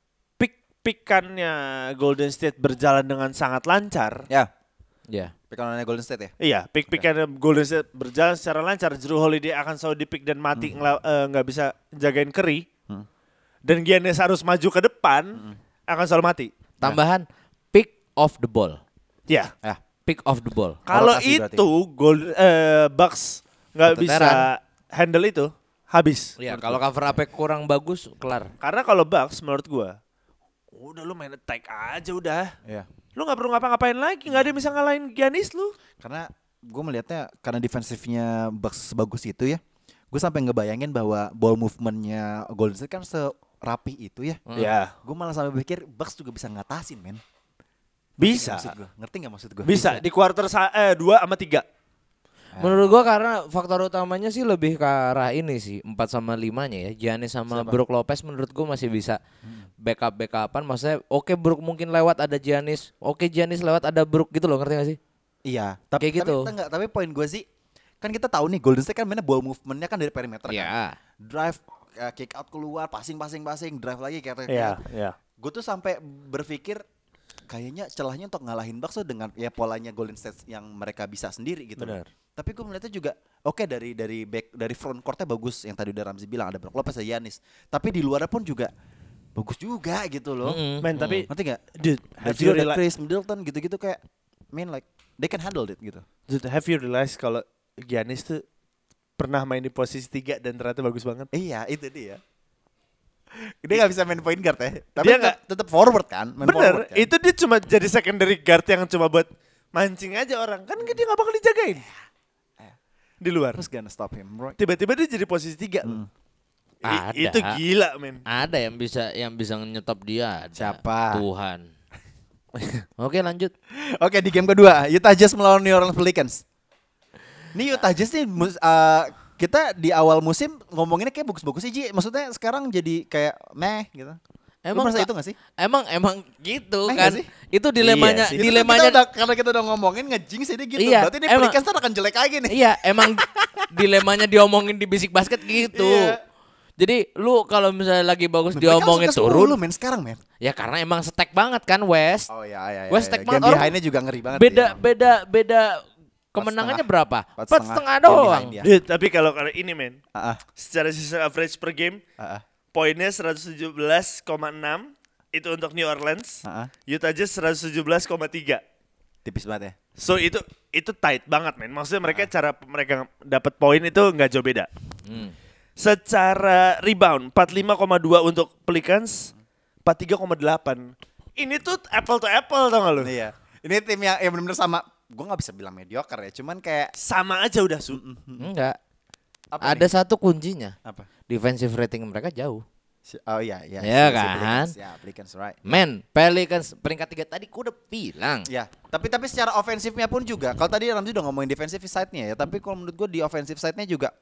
pick-pickannya Golden State berjalan dengan sangat lancar. Ya. Ya. Pekanannya Golden State ya. Iya, pick-pickannya Golden State berjalan secara lancar. Drew Holiday akan selalu di-pick dan mati ngela- eh, nggak bisa jagain Curry. Hmm. Dan Giannis harus maju ke depan, akan selalu mati. Tambahan pick of the ball. Ya. Ya. Pick of the ball. Kalau Alokasi berarti. itu Gold eh, Bucks nggak bisa Keteteran. handle itu, habis. Iya, menurut kalau gua. cover up kurang bagus, kelar. Karena kalau Bucks menurut gua, udah lu main attack aja udah. Ya. Lu nggak perlu ngapa-ngapain lagi, nggak ada yang bisa ngalahin Giannis lu. Karena gue melihatnya karena defensifnya Bucks sebagus itu ya. Gue sampai ngebayangin bahwa ball movementnya Golden State kan serapi itu ya. Ya, Gue malah sampai pikir Bucks juga bisa ngatasin men. bisa. Maksud gua. Ngerti gak maksud gue? Bisa di quarter sa- eh dua sama tiga. Menurut gua karena faktor utamanya sih lebih ke arah ini sih, empat sama limanya ya. Giannis sama Siapa? Brook Lopez menurut gua masih bisa backup backupan. Maksudnya oke Brook mungkin lewat ada Giannis, oke Giannis lewat ada Brook gitu loh, ngerti gak sih? Iya. Tapi, Kayak gitu. Tapi, enggak, tapi poin gue sih kan kita tahu nih Golden State kan mainnya ball movementnya kan dari perimeter kan. Iya. Drive, eh, kick out keluar, passing, passing, passing, drive lagi kayak Iya, iya. Gue tuh sampai berpikir kayaknya celahnya untuk ngalahin Bucks tuh dengan ya polanya Golden State yang mereka bisa sendiri gitu. loh. Benar. Tapi gue melihatnya juga oke dari dari back dari front courtnya bagus yang tadi udah Ramzi bilang ada Brook Lopez, ada Giannis. Tapi di luarnya pun juga bagus juga gitu loh. Mm-mm. Men, tapi Ngerti gak? dude, have Have you reali- Chris Middleton gitu-gitu kayak main like they can handle it gitu. dude, have you realize kalau Giannis tuh pernah main di posisi tiga dan ternyata bagus banget. Iya, itu dia. Dia gak bisa main point guard ya. Tapi Dia tetap, nggak- tetap forward kan, main Bener, forward kan. itu dia cuma jadi secondary guard yang cuma buat mancing aja orang. Kan dia gak bakal dijagain. Di luar. Terus gonna stop him, bro. Tiba-tiba dia jadi posisi tiga. loh. Ada. I- itu gila, men. Ada yang bisa yang bisa nyetop dia. Ada. Siapa? Tuhan. Oke, lanjut. Oke, di game kedua Utah Jazz melawan New Orleans Pelicans. Ini Utah Jazz nih mus- uh, kita di awal musim ngomonginnya kayak bagus-bagus sih Ji. Maksudnya sekarang jadi kayak meh gitu. Emang merasa Ka- itu gak sih? Emang emang gitu Eh, kan. nggak sih? Itu dilemanya Iya sih. Itu kan dilemanya kita udah, karena kita udah ngomongin ngejinx jadi gitu. Iya, Berarti ini emang- Pelicans ntar akan jelek lagi nih. Iya, emang dilemanya diomongin di Bisik Basket gitu. Iya. Jadi lu kalau misalnya lagi bagus Men, mereka diomongin langsung ke turun, sepuluh, men sekarang men. ya karena emang stack banget kan West. Oh iya iya. West stack banget, Game orang behind-nya juga ngeri banget. Beda sih, emang. beda beda kemenangannya setengah. berapa? Empat Empat setengah setengah game doang. behind dia. Dude, tapi kalau kalau ini men, Ah, ah, secara season average per game, ah, ah, poinnya seratus tujuh belas koma enam itu untuk New Orleans, ah, ah. Utah Jazz seratus tujuh belas koma tiga. Tipis banget ya. So itu itu tight banget men. Maksudnya mereka cara mereka dapat poin itu nggak jauh beda. Hmm. Secara rebound empat puluh lima koma dua untuk Pelicans, empat puluh tiga koma delapan. Ini tuh apple to apple tau gak lu? Iya. Ini tim yang yang benar-benar sama. Gue nggak bisa bilang mediocre ya. Cuman kayak Sama aja udah su. Enggak. apa Ada nih? satu kuncinya. Apa? Defensive rating mereka jauh. Si- Oh iya iya. Iya si- si kan? Pelicans, Ya, Pelicans right. Men, Pelicans peringkat tiga tadi ku udah bilang. Ya, tapi tapi secara ofensifnya pun juga. Kalau tadi Ramzi udah ngomongin defensive side-nya ya, tapi kalau menurut gue di offensive side-nya juga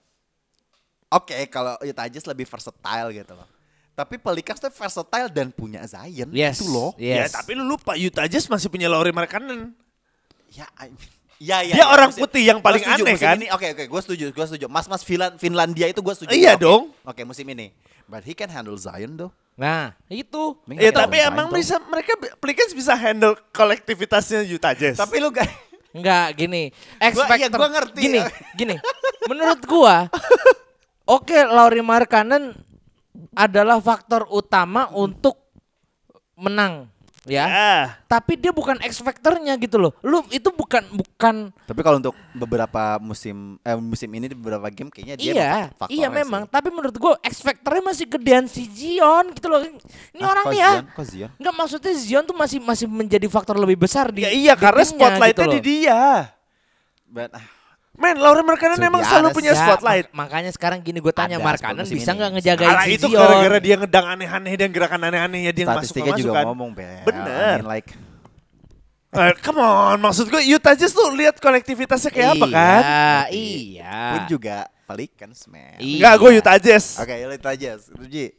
oke, kalau Utah Jazz lebih versatile gitu loh. Tapi Pelicans tuh versatile dan punya Zion Yes. itu loh. Ya Yes. tapi lu lupa Utah Jazz masih punya Lauri Markkanen. Ya, I mean, ya, ya, Dia ya, orang musim- putih yang gua paling setuju, aneh, musim kan? ini- Oke oke, gue setuju, gue setuju. Mas-mas Finland, Finlandia itu gue setuju. Iya Oke. dong. Oke musim ini, but he can handle Zion though. Nah, itu. Ming Ya handle tapi Zion, emang though. bisa mereka Pelicans bisa handle kolektivitasnya Utah Jazz. Tapi lu gak. Enggak gini. X Gua- iya, factor. gua ngerti. Gini, gini. Menurut gua, oke Lauri Markkanen adalah faktor utama untuk menang, ya. ya. Tapi dia bukan X factornya gitu loh. Lu itu bukan bukan Tapi kalau untuk beberapa musim eh, musim ini di beberapa game kayaknya dia iya, emang faktornya iya sih. memang. Tapi menurut gua X factornya masih gedean si Zion gitu loh. Ini Ah, orang kok nih ya. Zion? Kok Zion? Enggak maksudnya Zion tuh masih masih menjadi faktor lebih besar di Ya iya di karena timnya spotlightnya gitu di loh. dia. But, ah, Men, Lauri Markkanen To emang be selalu honest, punya Ya, spotlight. mak- makanya sekarang gini gue tanya Ada Markkanen musim bisa ini. nggak ngejagain Karena si itu Zion? gara-gara dia ngedang aneh-aneh dan gerakan aneh-anehnya dia nggak masuk statistiknya nggak juga masuk kan. ngomong Bel. Bener. I mean, like Eh, come on, maksud gue Utah Jazz tuh lihat kolektivitasnya kayak apa kan? Iya, iya. pun juga Pelicans man. Iya. Enggak, gue Utah Jazz. Oke, lu itu aja. Ruji.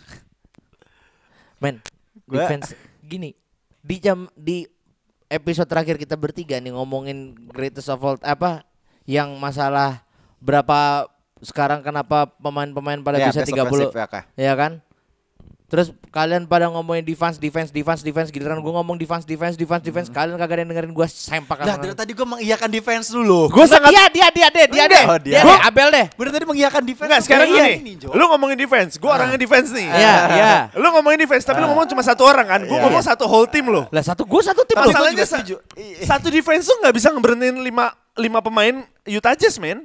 Men, Gua- defense gini. Di jam di episode terakhir kita bertiga nih ngomongin greatest of all apa yang masalah berapa sekarang kenapa pemain-pemain pada Ya, bisa best tiga puluh offensive, ya, Kak. ya kan? Terus kalian pada ngomongin defense, defense, defense, defense. Giliran gue ngomong defense, defense, defense, defense. Kalian kagak ada yang dengerin gue sempak. Lah, dari tadi gue mengiyakan defense dulu. Gue sangat dia, dia, dia, dia, dia, deh. Oh, dia. dia, deh, Abel deh. Gue dari tadi mengiyakan defense. Enggak, sekarang Iya, gini. ini, Jo. Lu ngomongin defense, gue orangnya defense nih. Iya, iya. Lu ngomongin defense, tapi lu ngomong cuma satu orang kan. Gue Iya. ngomong satu whole team lo. Lah satu gue satu tim. Tapi lu. gua Masalahnya juga sa- setuju. Iya. satu defense tuh nggak bisa ngeberhentiin lima lima pemain Utah Jazz, men.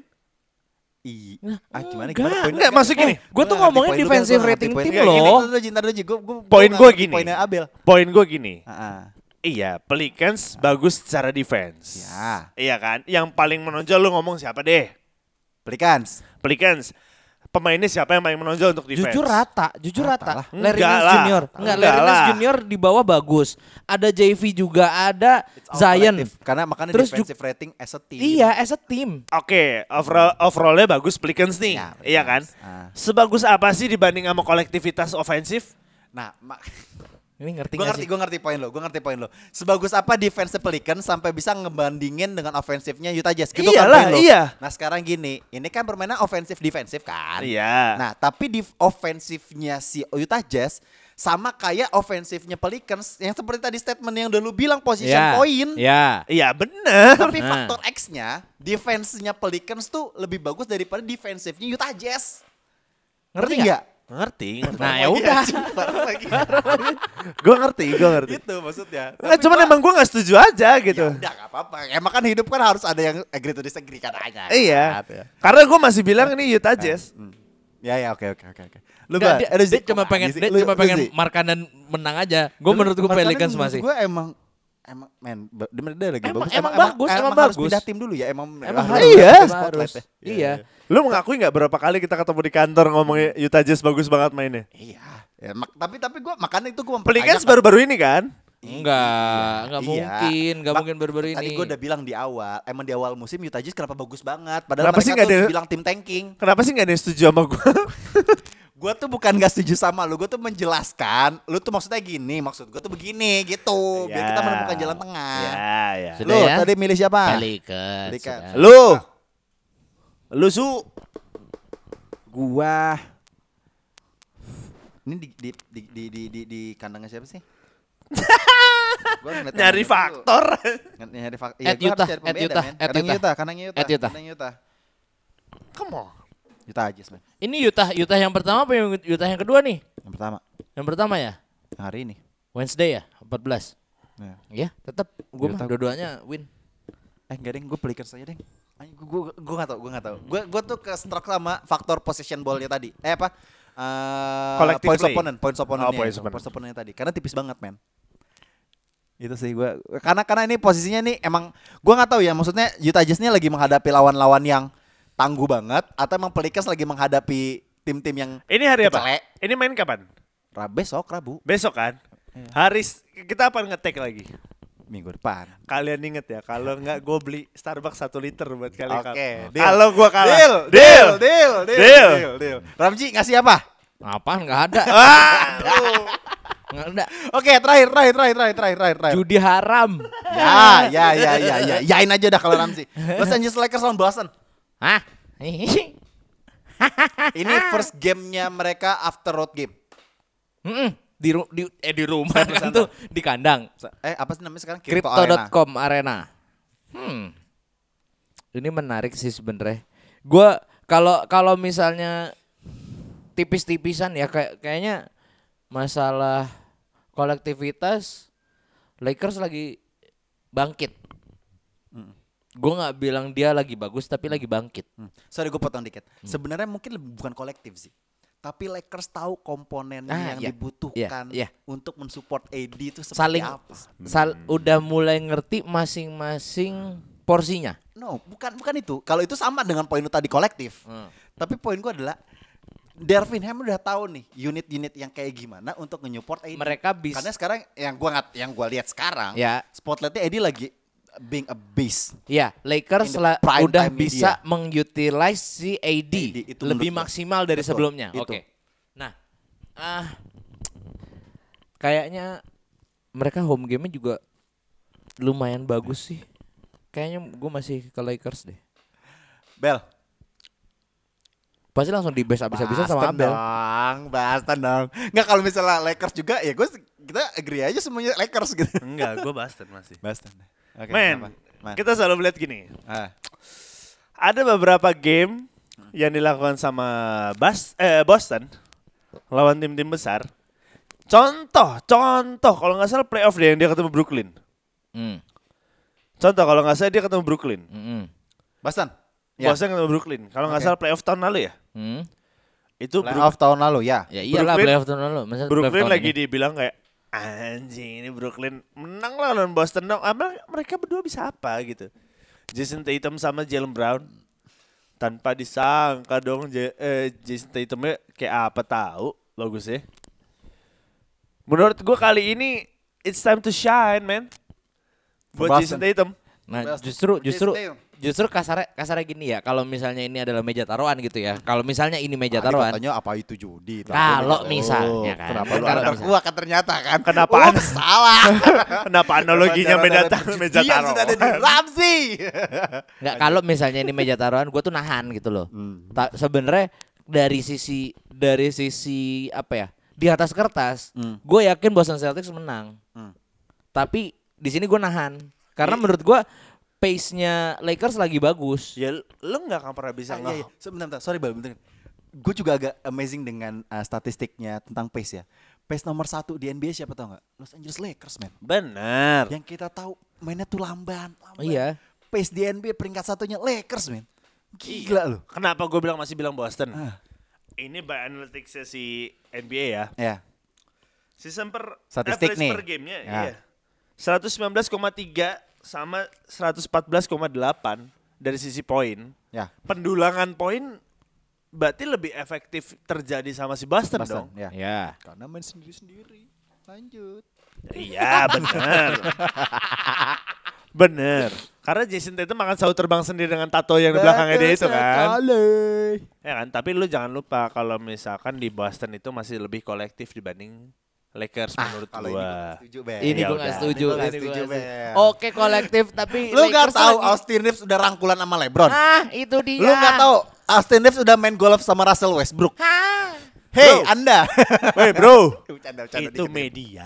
Iya. Ah, gimana enggak. gimana poinnya? Enggak, maksud gini. Gue tuh ngomongin defensive rating tim loh. Poin gua gini. Poinnya Abel. Poin gue gini. Heeh. Iya, Pelicans bagus secara defense. Ya. Iya kan? Yang paling menonjol lu ngomong siapa deh? Pelicans. Pelicans. Pemainnya siapa yang paling menonjol untuk defense? Jujur rata, jujur Rata rata. lah. Larry Enggak Nance lah. Junior, enggak Enggak Larry Nance lah. Junior di bawah bagus. Ada J V juga, ada All Zion. collective. Karena makanya Terus defensive rating as a team. Iya, as a team. Oke, overall overallnya bagus Pelicans nih. Ya, iya kan? Pelicans. Ah. Sebagus apa sih dibanding sama kolektivitas ofensif? Nah, mak Ini ngerti gue nggak ngerti, sih? gue ngerti poin lo, gue ngerti poin lo. Sebagus apa defense Pelicans sampai bisa ngebandingin dengan ofensifnya Utah Jazz? Gitu kan Iyalah, poin lo. iya. Nah sekarang gini, ini kan permainan ofensif defensif kan? Iya. Nah tapi di ofensifnya si Utah Jazz sama kayak ofensifnya Pelicans yang seperti tadi statement yang udah lu bilang position Ya, point. ya. Iya bener. Tapi Nah. faktor X-nya, defense-nya Pelicans tuh lebih bagus daripada defensifnya Utah Jazz. Ngerti nggak? nggak? Ngerti. Nah, ya udah. lagi. Gue ngerti, gue ngerti. Gitu maksudnya. Nggak, cuman emang gue gak setuju aja gitu. Ya udah gak apa-apa. Emang kan hidup kan harus ada yang agree to disagree kan aja. Iya. Kan, ya. Karena gue masih bilang ini Utah Jazz. Hmm. Ya ya oke oke oke oke. Lu Nggak, Ba, dia, aduh, dia Zi, cuma kok pengen lagi sih? dia Lu- cuma lu, pengen Zi. Markkanen menang aja. Gue menurut gue Markkanen Pelicans masih. Gue emang emang men, ba- dia, dia lagi Emang- bagus. emang bagus, emang harus bagus. pindah tim dulu ya emang. Emang harus harus, Iya. ada emang spotlight harus. ya. Iya. Lu mengakui gak berapa kali kita ketemu di kantor ngomongin Utah Jazz bagus banget mainnya? Iya. Ya, mak- tapi tapi gue makanya itu gue Pelicans baru-baru ini kan? Enggak, enggak Iya. mungkin, enggak Ma- mungkin baru-baru ini. Tadi gue udah bilang di awal, emang di awal musim Utah Jazz kenapa bagus banget. Padahal Kenapa sih mereka nggak tuh ada- dibilang tim tanking. Kenapa sih gak ada yang setuju sama gue? Gue tuh bukan gak setuju sama lu, gue tuh menjelaskan. Lu tuh maksudnya gini, maksud gue tuh begini gitu. Biar Ya. kita menemukan jalan tengah. Ya, ya. Sudah Lu ya? tadi milih siapa? Pelicans. Pelicans. sudah. Lu. Lu su. Gua ini di di di di di, di, di kandangnya siapa sih? Gua harus ngeliat Nyari kandangnya dulu. faktor. Ng- Nyari faktor. At Utah, at Utah, at Kandang Utah. Utah, kandang Utah. At Utah. Kandang Utah. Come on. Utah aja, man. Ini Utah, Utah yang pertama apa yang Utah yang kedua nih? Yang pertama, Yang pertama ya? yang hari ini. Wednesday ya, empat belas. Ya. Ya, tetap gue mah Utah. dua-duanya win. Eh enggak deng, gue Pelicans aja deng. Gue gue gue nggak tau, gue nggak tau. Gue gue tuh ke struck sama faktor possession ballnya tadi. Eh apa? Eh Collective points play. opponent, points opponent. Oh, points opponent. Points opponentnya tadi. Karena tipis banget, men. Itu sih gue. Karena karena ini posisinya nih emang gue nggak tahu ya. Maksudnya Utah Jazz ini lagi menghadapi lawan-lawan yang tangguh banget atau emang Pelicans lagi menghadapi tim-tim yang Ini hari apa? kecele. Ini main kapan? Ra- besok Rabu Besok kan? Iya. Hari s- kita apa ngetek lagi? minggu depan. Kalian inget ya, kalau nggak gue beli Starbucks satu liter buat kalian. Oke, deal. Kalau gue kalah, Deal, deal, deal, deal, deal, Deal. deal, deal. Ramji ngasih apa? Apaan nggak ada? Ah, lu. Nggak ada. Oke, terakhir, terakhir, terakhir, terakhir, terakhir, terakhir. terakhir. Judi haram. Ya, ya, ya, ya, ya. Yain aja dah kalau Ramzi. Los Angeles Lakers lawan Boston. Hah? Ini first gamenya mereka after road game. Mm-mm. Di, ru- di eh di rumah kan tuh di kandang. Eh, apa sih namanya sekarang? Crypto Arena. dot com Arena. Hmm. Ini menarik sih sebenarnya. Gua kalau kalau misalnya tipis-tipisan ya kayak kayaknya masalah kolektivitas Lakers lagi bangkit. Gue nggak bilang dia lagi bagus tapi lagi bangkit. Hmm. Sorry gue potong dikit. Sebenarnya mungkin lebih bukan kolektif sih. Tapi Lakers tahu komponen Ah, yang iya. dibutuhkan Iya, iya. untuk mensupport A D itu seperti Saling apa. sal, udah mulai ngerti masing-masing porsinya. No, bukan bukan itu. Kalau itu sama dengan poin lu tadi kolektif. Hmm. Tapi poin gue adalah Darvin Ham udah tahu nih unit-unit yang kayak gimana untuk nge-support A D. Mereka bisa. Karena sekarang yang gua ngat, yang gua lihat sekarang, Ya. spotlightnya A D lagi being a beast. Ya, Lakers In the lah prime udah time bisa media. mengutilize si A D, A D, itu lebih menurut gua. maksimal dari Betul, sebelumnya. itu. Oke. Nah, ah kayaknya mereka home game-nya juga lumayan bagus sih. Kayaknya gue masih ke Lakers deh. Bel. Pasti langsung di base abis-abisan sama Boston Abel. dong, Boston dong. Nggak kalau misalnya Lakers juga ya gue kita agree aja semuanya Lakers gitu. Enggak, gue Boston masih. Boston. Oke, Men, kenapa? Man. kita selalu melihat gini. Ah. Ada beberapa game yang dilakukan sama Bas, eh, Boston lawan tim-tim besar. Contoh, contoh kalau nggak salah playoff deh yang dia ketemu Brooklyn. Hmm. Contoh kalau nggak salah dia ketemu Brooklyn. Mm-mm. Boston. Ya. Boston ketemu Brooklyn. Kalau nggak Oke. salah playoff tahun lalu ya. Hmm. Itu Playoff tahun lalu ya. Ya iyalah Brooklyn- playoff tahun lalu. Masa playoff Brooklyn tahun lagi ini? dibilang kayak anjing ini Brooklyn menang lah lawan Boston dong. Ah, mer- mereka berdua bisa apa gitu. Jason Tatum sama Jalen Brown tanpa disangka dong J- eh, Jason Tatumnya kayak apa tahu bagusnya. Menurut gua kali ini it's time to shine man. Buat Boston. Jason Tatum. Nah, Boston. justru justru Jason Tatum. justru kasarnya kasarnya gini ya. Kalau misalnya ini adalah meja taruhan gitu ya. Kalau misalnya ini meja Tadi taruhan. katanya apa itu judi? Kalau Oh, misalnya kan. Kenapa lu Kalau ada misalnya. gua kan ternyata kan. Kenapa Ups, an- salah. Kenapa analoginya Darah- meja darah ta- meja perjudian taruh? sudah ada di Ramzi. Nggak, kalau misalnya ini meja taruhan, gue tuh nahan gitu loh. Hmm. Ta- Sebenarnya dari sisi dari sisi apa ya di atas kertas, Hmm. gue yakin Boston Celtics menang. Hmm. Tapi di sini gue nahan karena menurut gue pace-nya Lakers lagi bagus. Ya lu nggak akan pernah bisa Ah, nge- iya, iya. Sebentar, bentar. Sorry Bal, bentar. Gue juga agak amazing dengan uh, statistiknya tentang pace ya. Pace nomor satu di N B A siapa tau nggak? Los Angeles Lakers, man. Bener. Yang kita tahu mainnya tuh lamban, lamban. Iya. Pace di N B A peringkat satunya Lakers, man. Gila loh. Kenapa gue bilang masih bilang Boston? Ah. Ini by analytics si N B A ya. Ya. Season per Statistik average nih. per gamenya Ya. iya. seratus sembilan belas koma tiga sama seratus empat belas koma delapan dari sisi poin. Ya. Pendulangan poin berarti lebih efektif terjadi sama si Boston, Boston, dong. ya. Ya. Karena main sendiri-sendiri. Lanjut. Iya benar. Bener. Karena Jason Tatum akan selalu terbang sendiri dengan tato yang di belakangnya dia itu kan. Ya kan, tapi lu jangan lupa kalau misalkan di Boston itu masih lebih kolektif dibanding Lakers menurut Kalau ini gua. gue gak setuju, Ben. Ini Ya gue udah. gak setuju. Ini gua nggak Ini setuju, gua nggak setuju. Ben. Oke kolektif tapi Lu gak Lakers tahu lagi- Austin Reeves udah rangkulan sama LeBron? Ah itu dia. Lu gak tahu Austin Reeves udah main golf sama Russell Westbrook? Ah. Hey, Bro. Anda. Weh bro, Bercanda, bercanda itu dikit. media.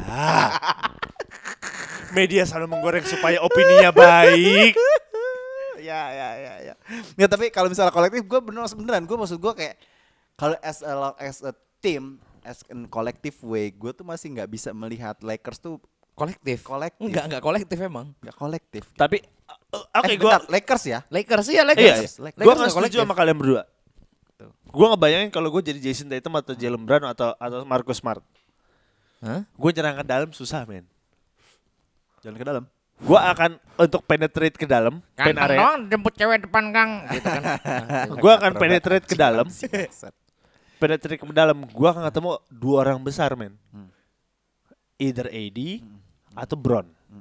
Media selalu menggoreng supaya opininya baik. Ya, ya, ya, ya. Ya tapi kalau misalnya kolektif, gue bener beneran, gue maksud gue kayak kalau as a as a team, as in collective way, gue tuh masih nggak bisa melihat Lakers tuh Kolektif. kolektif. Enggak enggak kolektif emang. nggak kolektif. Tapi uh, oke Eh, gua bentar, Lakers ya. Lakers ya Lakers. iya, Lakers, iya. Lakers Gua nggak nggak setuju kolektif. sama kalian berdua. Gua ngebayangin kalau gue jadi Jason Tatum atau Jalen Brown atau atau Marcus Smart. Hah? Gue nyerang ke dalam susah men. Jalan ke dalam. Gue akan untuk penetrate ke dalam pen Ganteng area. doang jemput cewek depan gang gitu kan. Gue akan penetrate ke dalam. Bangsat. Penetrate ke dalam. Gue akan ketemu dua orang besar men. Either A D atau Brown.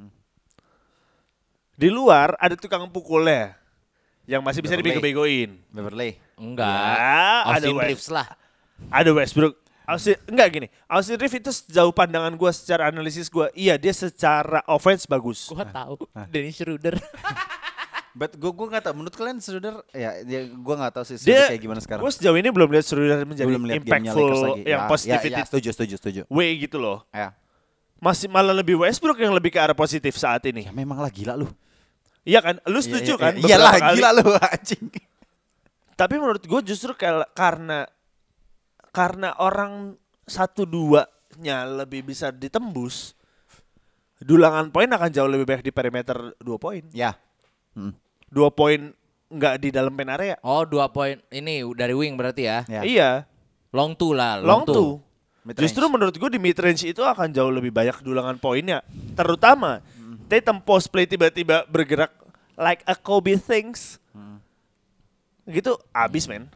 Di luar ada tukang pukulnya yang masih bisa Beverly. dibego-begoin. Beverly. Enggak. Ya, ada Austin West- Reeves lah. Ada Westbrook. Austin, enggak gini. Austin Reeves itu sejauh pandangan gue secara analisis gue, iya dia secara offense bagus. Gua tahu. Dennis Schroeder. But gue gue nggak tahu. Menurut kalian Schroeder ya, ya gue nggak tahu sih Dia Schroeder kayak gimana sekarang. Gue sejauh ini belum lihat Schroeder Gua menjadi belum lihat gamenya Lakers impactful lagi. yang Ya, positivity Ya, ya, setuju, setuju, setuju. way gitu loh. Ya. Masih malah lebih Westbrook yang lebih ke arah positif saat ini. Ya memang lah gila lu. Iya kan? Lu setuju Iya, kan? iya, Iyalah beberapa kali? gila lu anjing. Tapi menurut gue justru kayak karena karena orang satu duanya lebih bisa ditembus, dulangan poin akan jauh lebih baik di perimeter dua poin. Ya. Hmm. Dua poin nggak di dalam pen area. Oh dua poin ini dari wing berarti ya. Ya. Iya, Long two lah. long two. two. Mid-range. Justru menurut gue di mid range itu akan jauh lebih banyak dulangan poinnya. Terutama Tatum post play tiba-tiba bergerak like a Kobe things. Gitu abis men.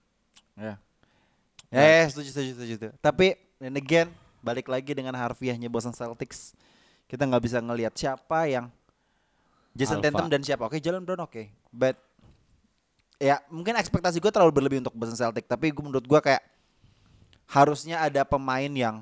Ya. Ya, ya, setuju, setuju, setuju, setuju. Tapi, and again, balik lagi dengan harfiahnya Boston Celtics. Kita nggak bisa ngelihat siapa yang Jason Alpha. Tatum dan siapa. Oke, Jalen Brown oke. But, ya mungkin ekspektasi gue terlalu berlebih untuk Boston Celtics. Tapi gue menurut gue kayak harusnya ada pemain yang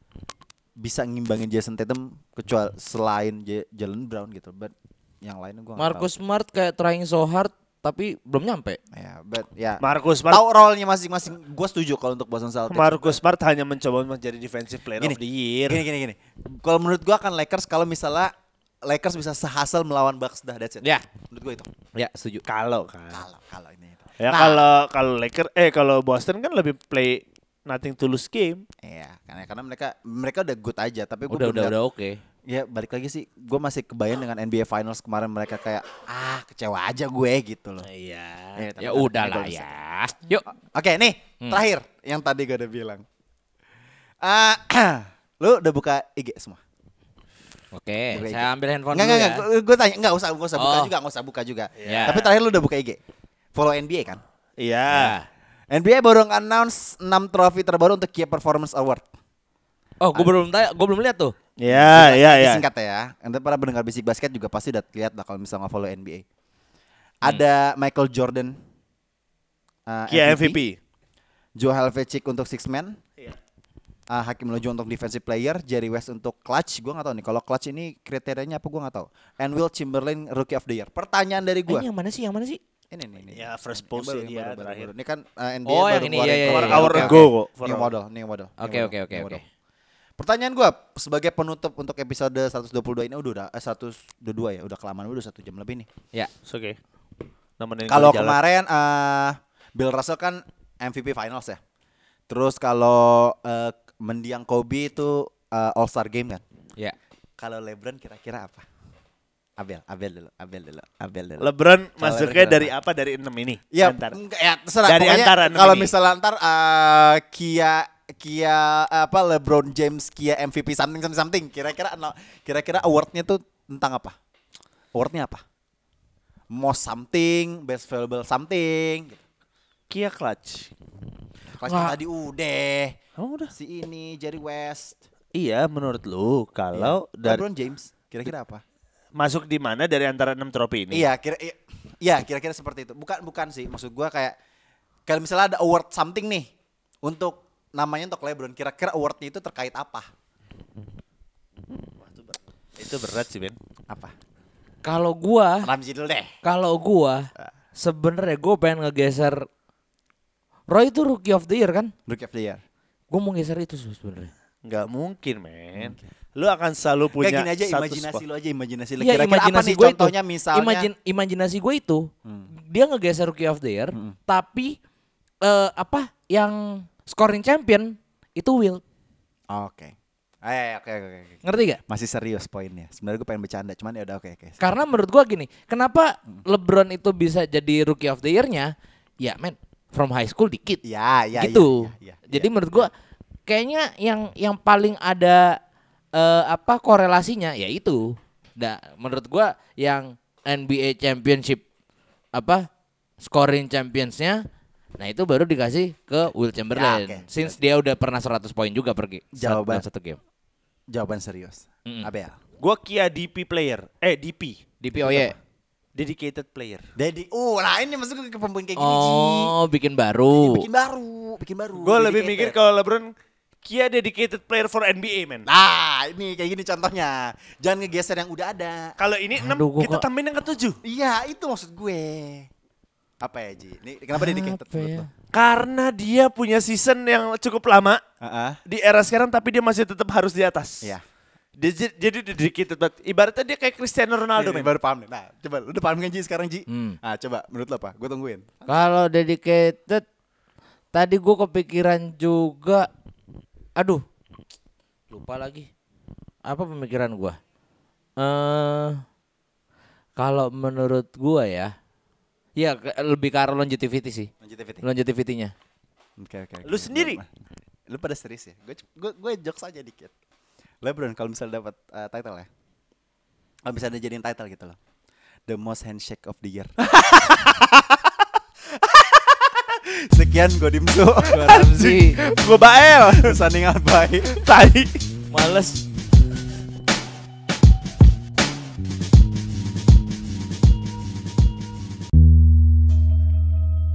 bisa ngimbangin Jason Tatum kecuali selain J- Jalen Brown gitu. But yang lainnya gue nggak Marcus Smart kayak trying so hard tapi belum nyampe. tahu. Ya, but ya. Marcus Smart Tahu role-nya masing-masing. Gue setuju kalau untuk Boston Celtics. Marcus Smart hanya mencoba menjadi defensive player Gini, of the year. Gini gini gini. Kalau menurut gua akan Lakers kalau misalnya Lakers bisa sehasil melawan Bucks dah, that's it. Ya. Menurut gua itu. Ya setuju. Kalau kan. Kalau kalau ini itu. Ya Nah, kalau kalau Lakers eh kalau Boston kan lebih play nothing to lose game. Iya, karena karena mereka mereka udah good aja, tapi gua Udah belum udah lihat- udah oke. Ya balik lagi sih, gua masih kebayang dengan N B A Finals kemarin mereka kayak ah kecewa aja gue gitu loh. Iya. Eh, tapi Ya kan udah ini lah gua bisa. ya. Yuk. Oke nih, Hmm. terakhir yang tadi gua udah bilang. Ah, lu udah buka I G semua? Oke, Buka I G. saya ambil handphone Enggak, dulu enggak, ya. enggak. Gue tanya, enggak usah, enggak usah buka Oh. juga, enggak usah buka juga. Ya. Tapi terakhir lu udah buka I G. Follow N B A kan? Iya. N B A baru announce enam trofi terbaru untuk Key Performance Award. Oh, gue belum tanya, gue belum lihat tuh. Iya, iya, iya. Singkat ya. Nanti para pendengar Bisik Basket juga pasti udah lihat lah kalau misalnya follow N B A. Ada Michael Jordan uh, Kia M V P. Joe Helvecic untuk Six Man. Iya. Uh, Hakim Olajuwon untuk Defensive Player, Jerry West untuk Clutch. Gua nggak tahu nih kalau Clutch ini kriterianya apa gua nggak tahu. And Will Chamberlain Rookie of the Year. Pertanyaan dari Eh, gua. ini yang mana sih? Yang mana sih? Ini nih, ini. Ya, first Yang post baru, ya yang dia baru, baru, terakhir. baru. Ini kan uh, N B A Oh, baru yang ini, keluarin iya, iya, keluar iya. Hour oke, ago oke. kok. For New hour. model, new model. Oke, new oke, model, oke, new oke. model. Pertanyaan gua sebagai penutup untuk episode seratus dua puluh dua ini udah udah eh, seratus dua puluh dua ya, udah kelamaan udah satu jam lebih nih. Ya. It's okay. Nemenin Kalau gua jalan. kemarin eh Bill Russell kan M V P Finals ya. Terus kalau eh, mendiang Kobe itu eh, All Star Game kan. Ya. Kalau LeBron kira-kira apa? Abel, Abel dulu, Abel dulu, Abel dulu. LeBron Kalau masuknya LeBron dari apa? apa? Dari enam ini? Ya, Antar. enggak, ya terserah. Dari Pokoknya antara enam kalau ini. misalnya ntar eh, Kia Kia apa LeBron James Kia M V P something something something. Kira-kira no, kira-kira awardnya tuh tentang apa? Awardnya apa? Most something, best valuable something. Gitu. Kia Clutch. Kelas Wah. tadi udah. Oh, udah. Si ini Jerry West. Iya, menurut lu kalau Dari dari LeBron James kira-kira apa? masuk di mana dari antara enam trofi ini? Iya, kira iya, iya, kira-kira seperti itu. Bukan bukan sih, maksud gua kayak kalau misalnya ada award something nih untuk namanya untuk LeBron, kira-kira awardnya itu terkait apa? Itu berat sih, Ben. Apa? Kalau gua, Ramzi dulu deh. kalau gua sebenarnya gua pengen ngegeser Roy itu rookie of the year kan? Rookie of the year. Gua mau geser itu sebenarnya. Nggak mungkin, men. Lu akan selalu punya Kayak gini aja, satu imajinasi spot. lu aja, imajinasi lu. Iya, Kira-kira apa imajinasi nih gue itu. contohnya misalnya? Imagine, imajinasi gue itu, Hmm. dia ngegeser rookie of the year, Hmm. tapi eh, apa yang scoring champion itu Will. Oke. Eh, oke oke oke. Ngerti gak? Masih serius poinnya. Sebenarnya gue pengen bercanda, cuman ya udah oke oke. Karena menurut gua gini, kenapa LeBron itu bisa jadi rookie of the year-nya? Ya men, from high school dikit. Ya, ya, gitu. ya, ya, ya, Jadi ya. menurut gua kayaknya yang yang paling ada eh, apa korelasinya ya itu. Nah, menurut gua yang N B A championship apa scoring championsnya, nah itu baru dikasih ke Will Chamberlain. Ya, oke. Since dia udah pernah seratus poin juga pergi Jawaban. dalam satu game. Jawaban serius. Mm-mm. Abel. Gua Kia D P player. Eh, D P. D P O Y. Dedicated player. Dedi, uh, nah ini masuk ke pemain kayak gini, Ji. Oh, bikin baru. Bikin baru, bikin baru. Gue lebih Dedicated. mikir kalau LeBron Kia dedicated player for N B A, men. Nah, ini kayak gini contohnya. Jangan ngegeser yang udah ada. Kalau ini enam, Aduh, gua kita kok- tambahin yang ketujuh. Iya, itu maksud gue. Apa ya, Ji? Ini kenapa dedicated Apa menurut ya? lo? Karena dia punya season yang cukup lama Heeh. di era sekarang, tapi dia masih tetap harus di atas. Iya. Dia j- jadi dedicated banget. Ibaratnya dia kayak Cristiano Ronaldo, Nih, men. baru paham nih. Nah, coba lu udah paham kan Ji sekarang Ji? Hmm. Nah, coba menurut lo apa? Gue tungguin. Kalau dedicated tadi gue kepikiran juga, aduh, lupa lagi. Apa pemikiran gue? Eh, kalau menurut gue ya, ya ke- lebih ke arah longevity sih, Longevity. longevity-nya. Oke, oke. oke. Lu sendiri? Lu pada serius ya? Gue gue gue jokes aja dikit. LeBron kalau misalnya dapat uh, title ya. Kalau bisa ada jadiin title gitu loh. The most handshake of the year. Sekian gue Dimsu. Ramzi. Gue Bael. Signing out, bye. Tadi. Males.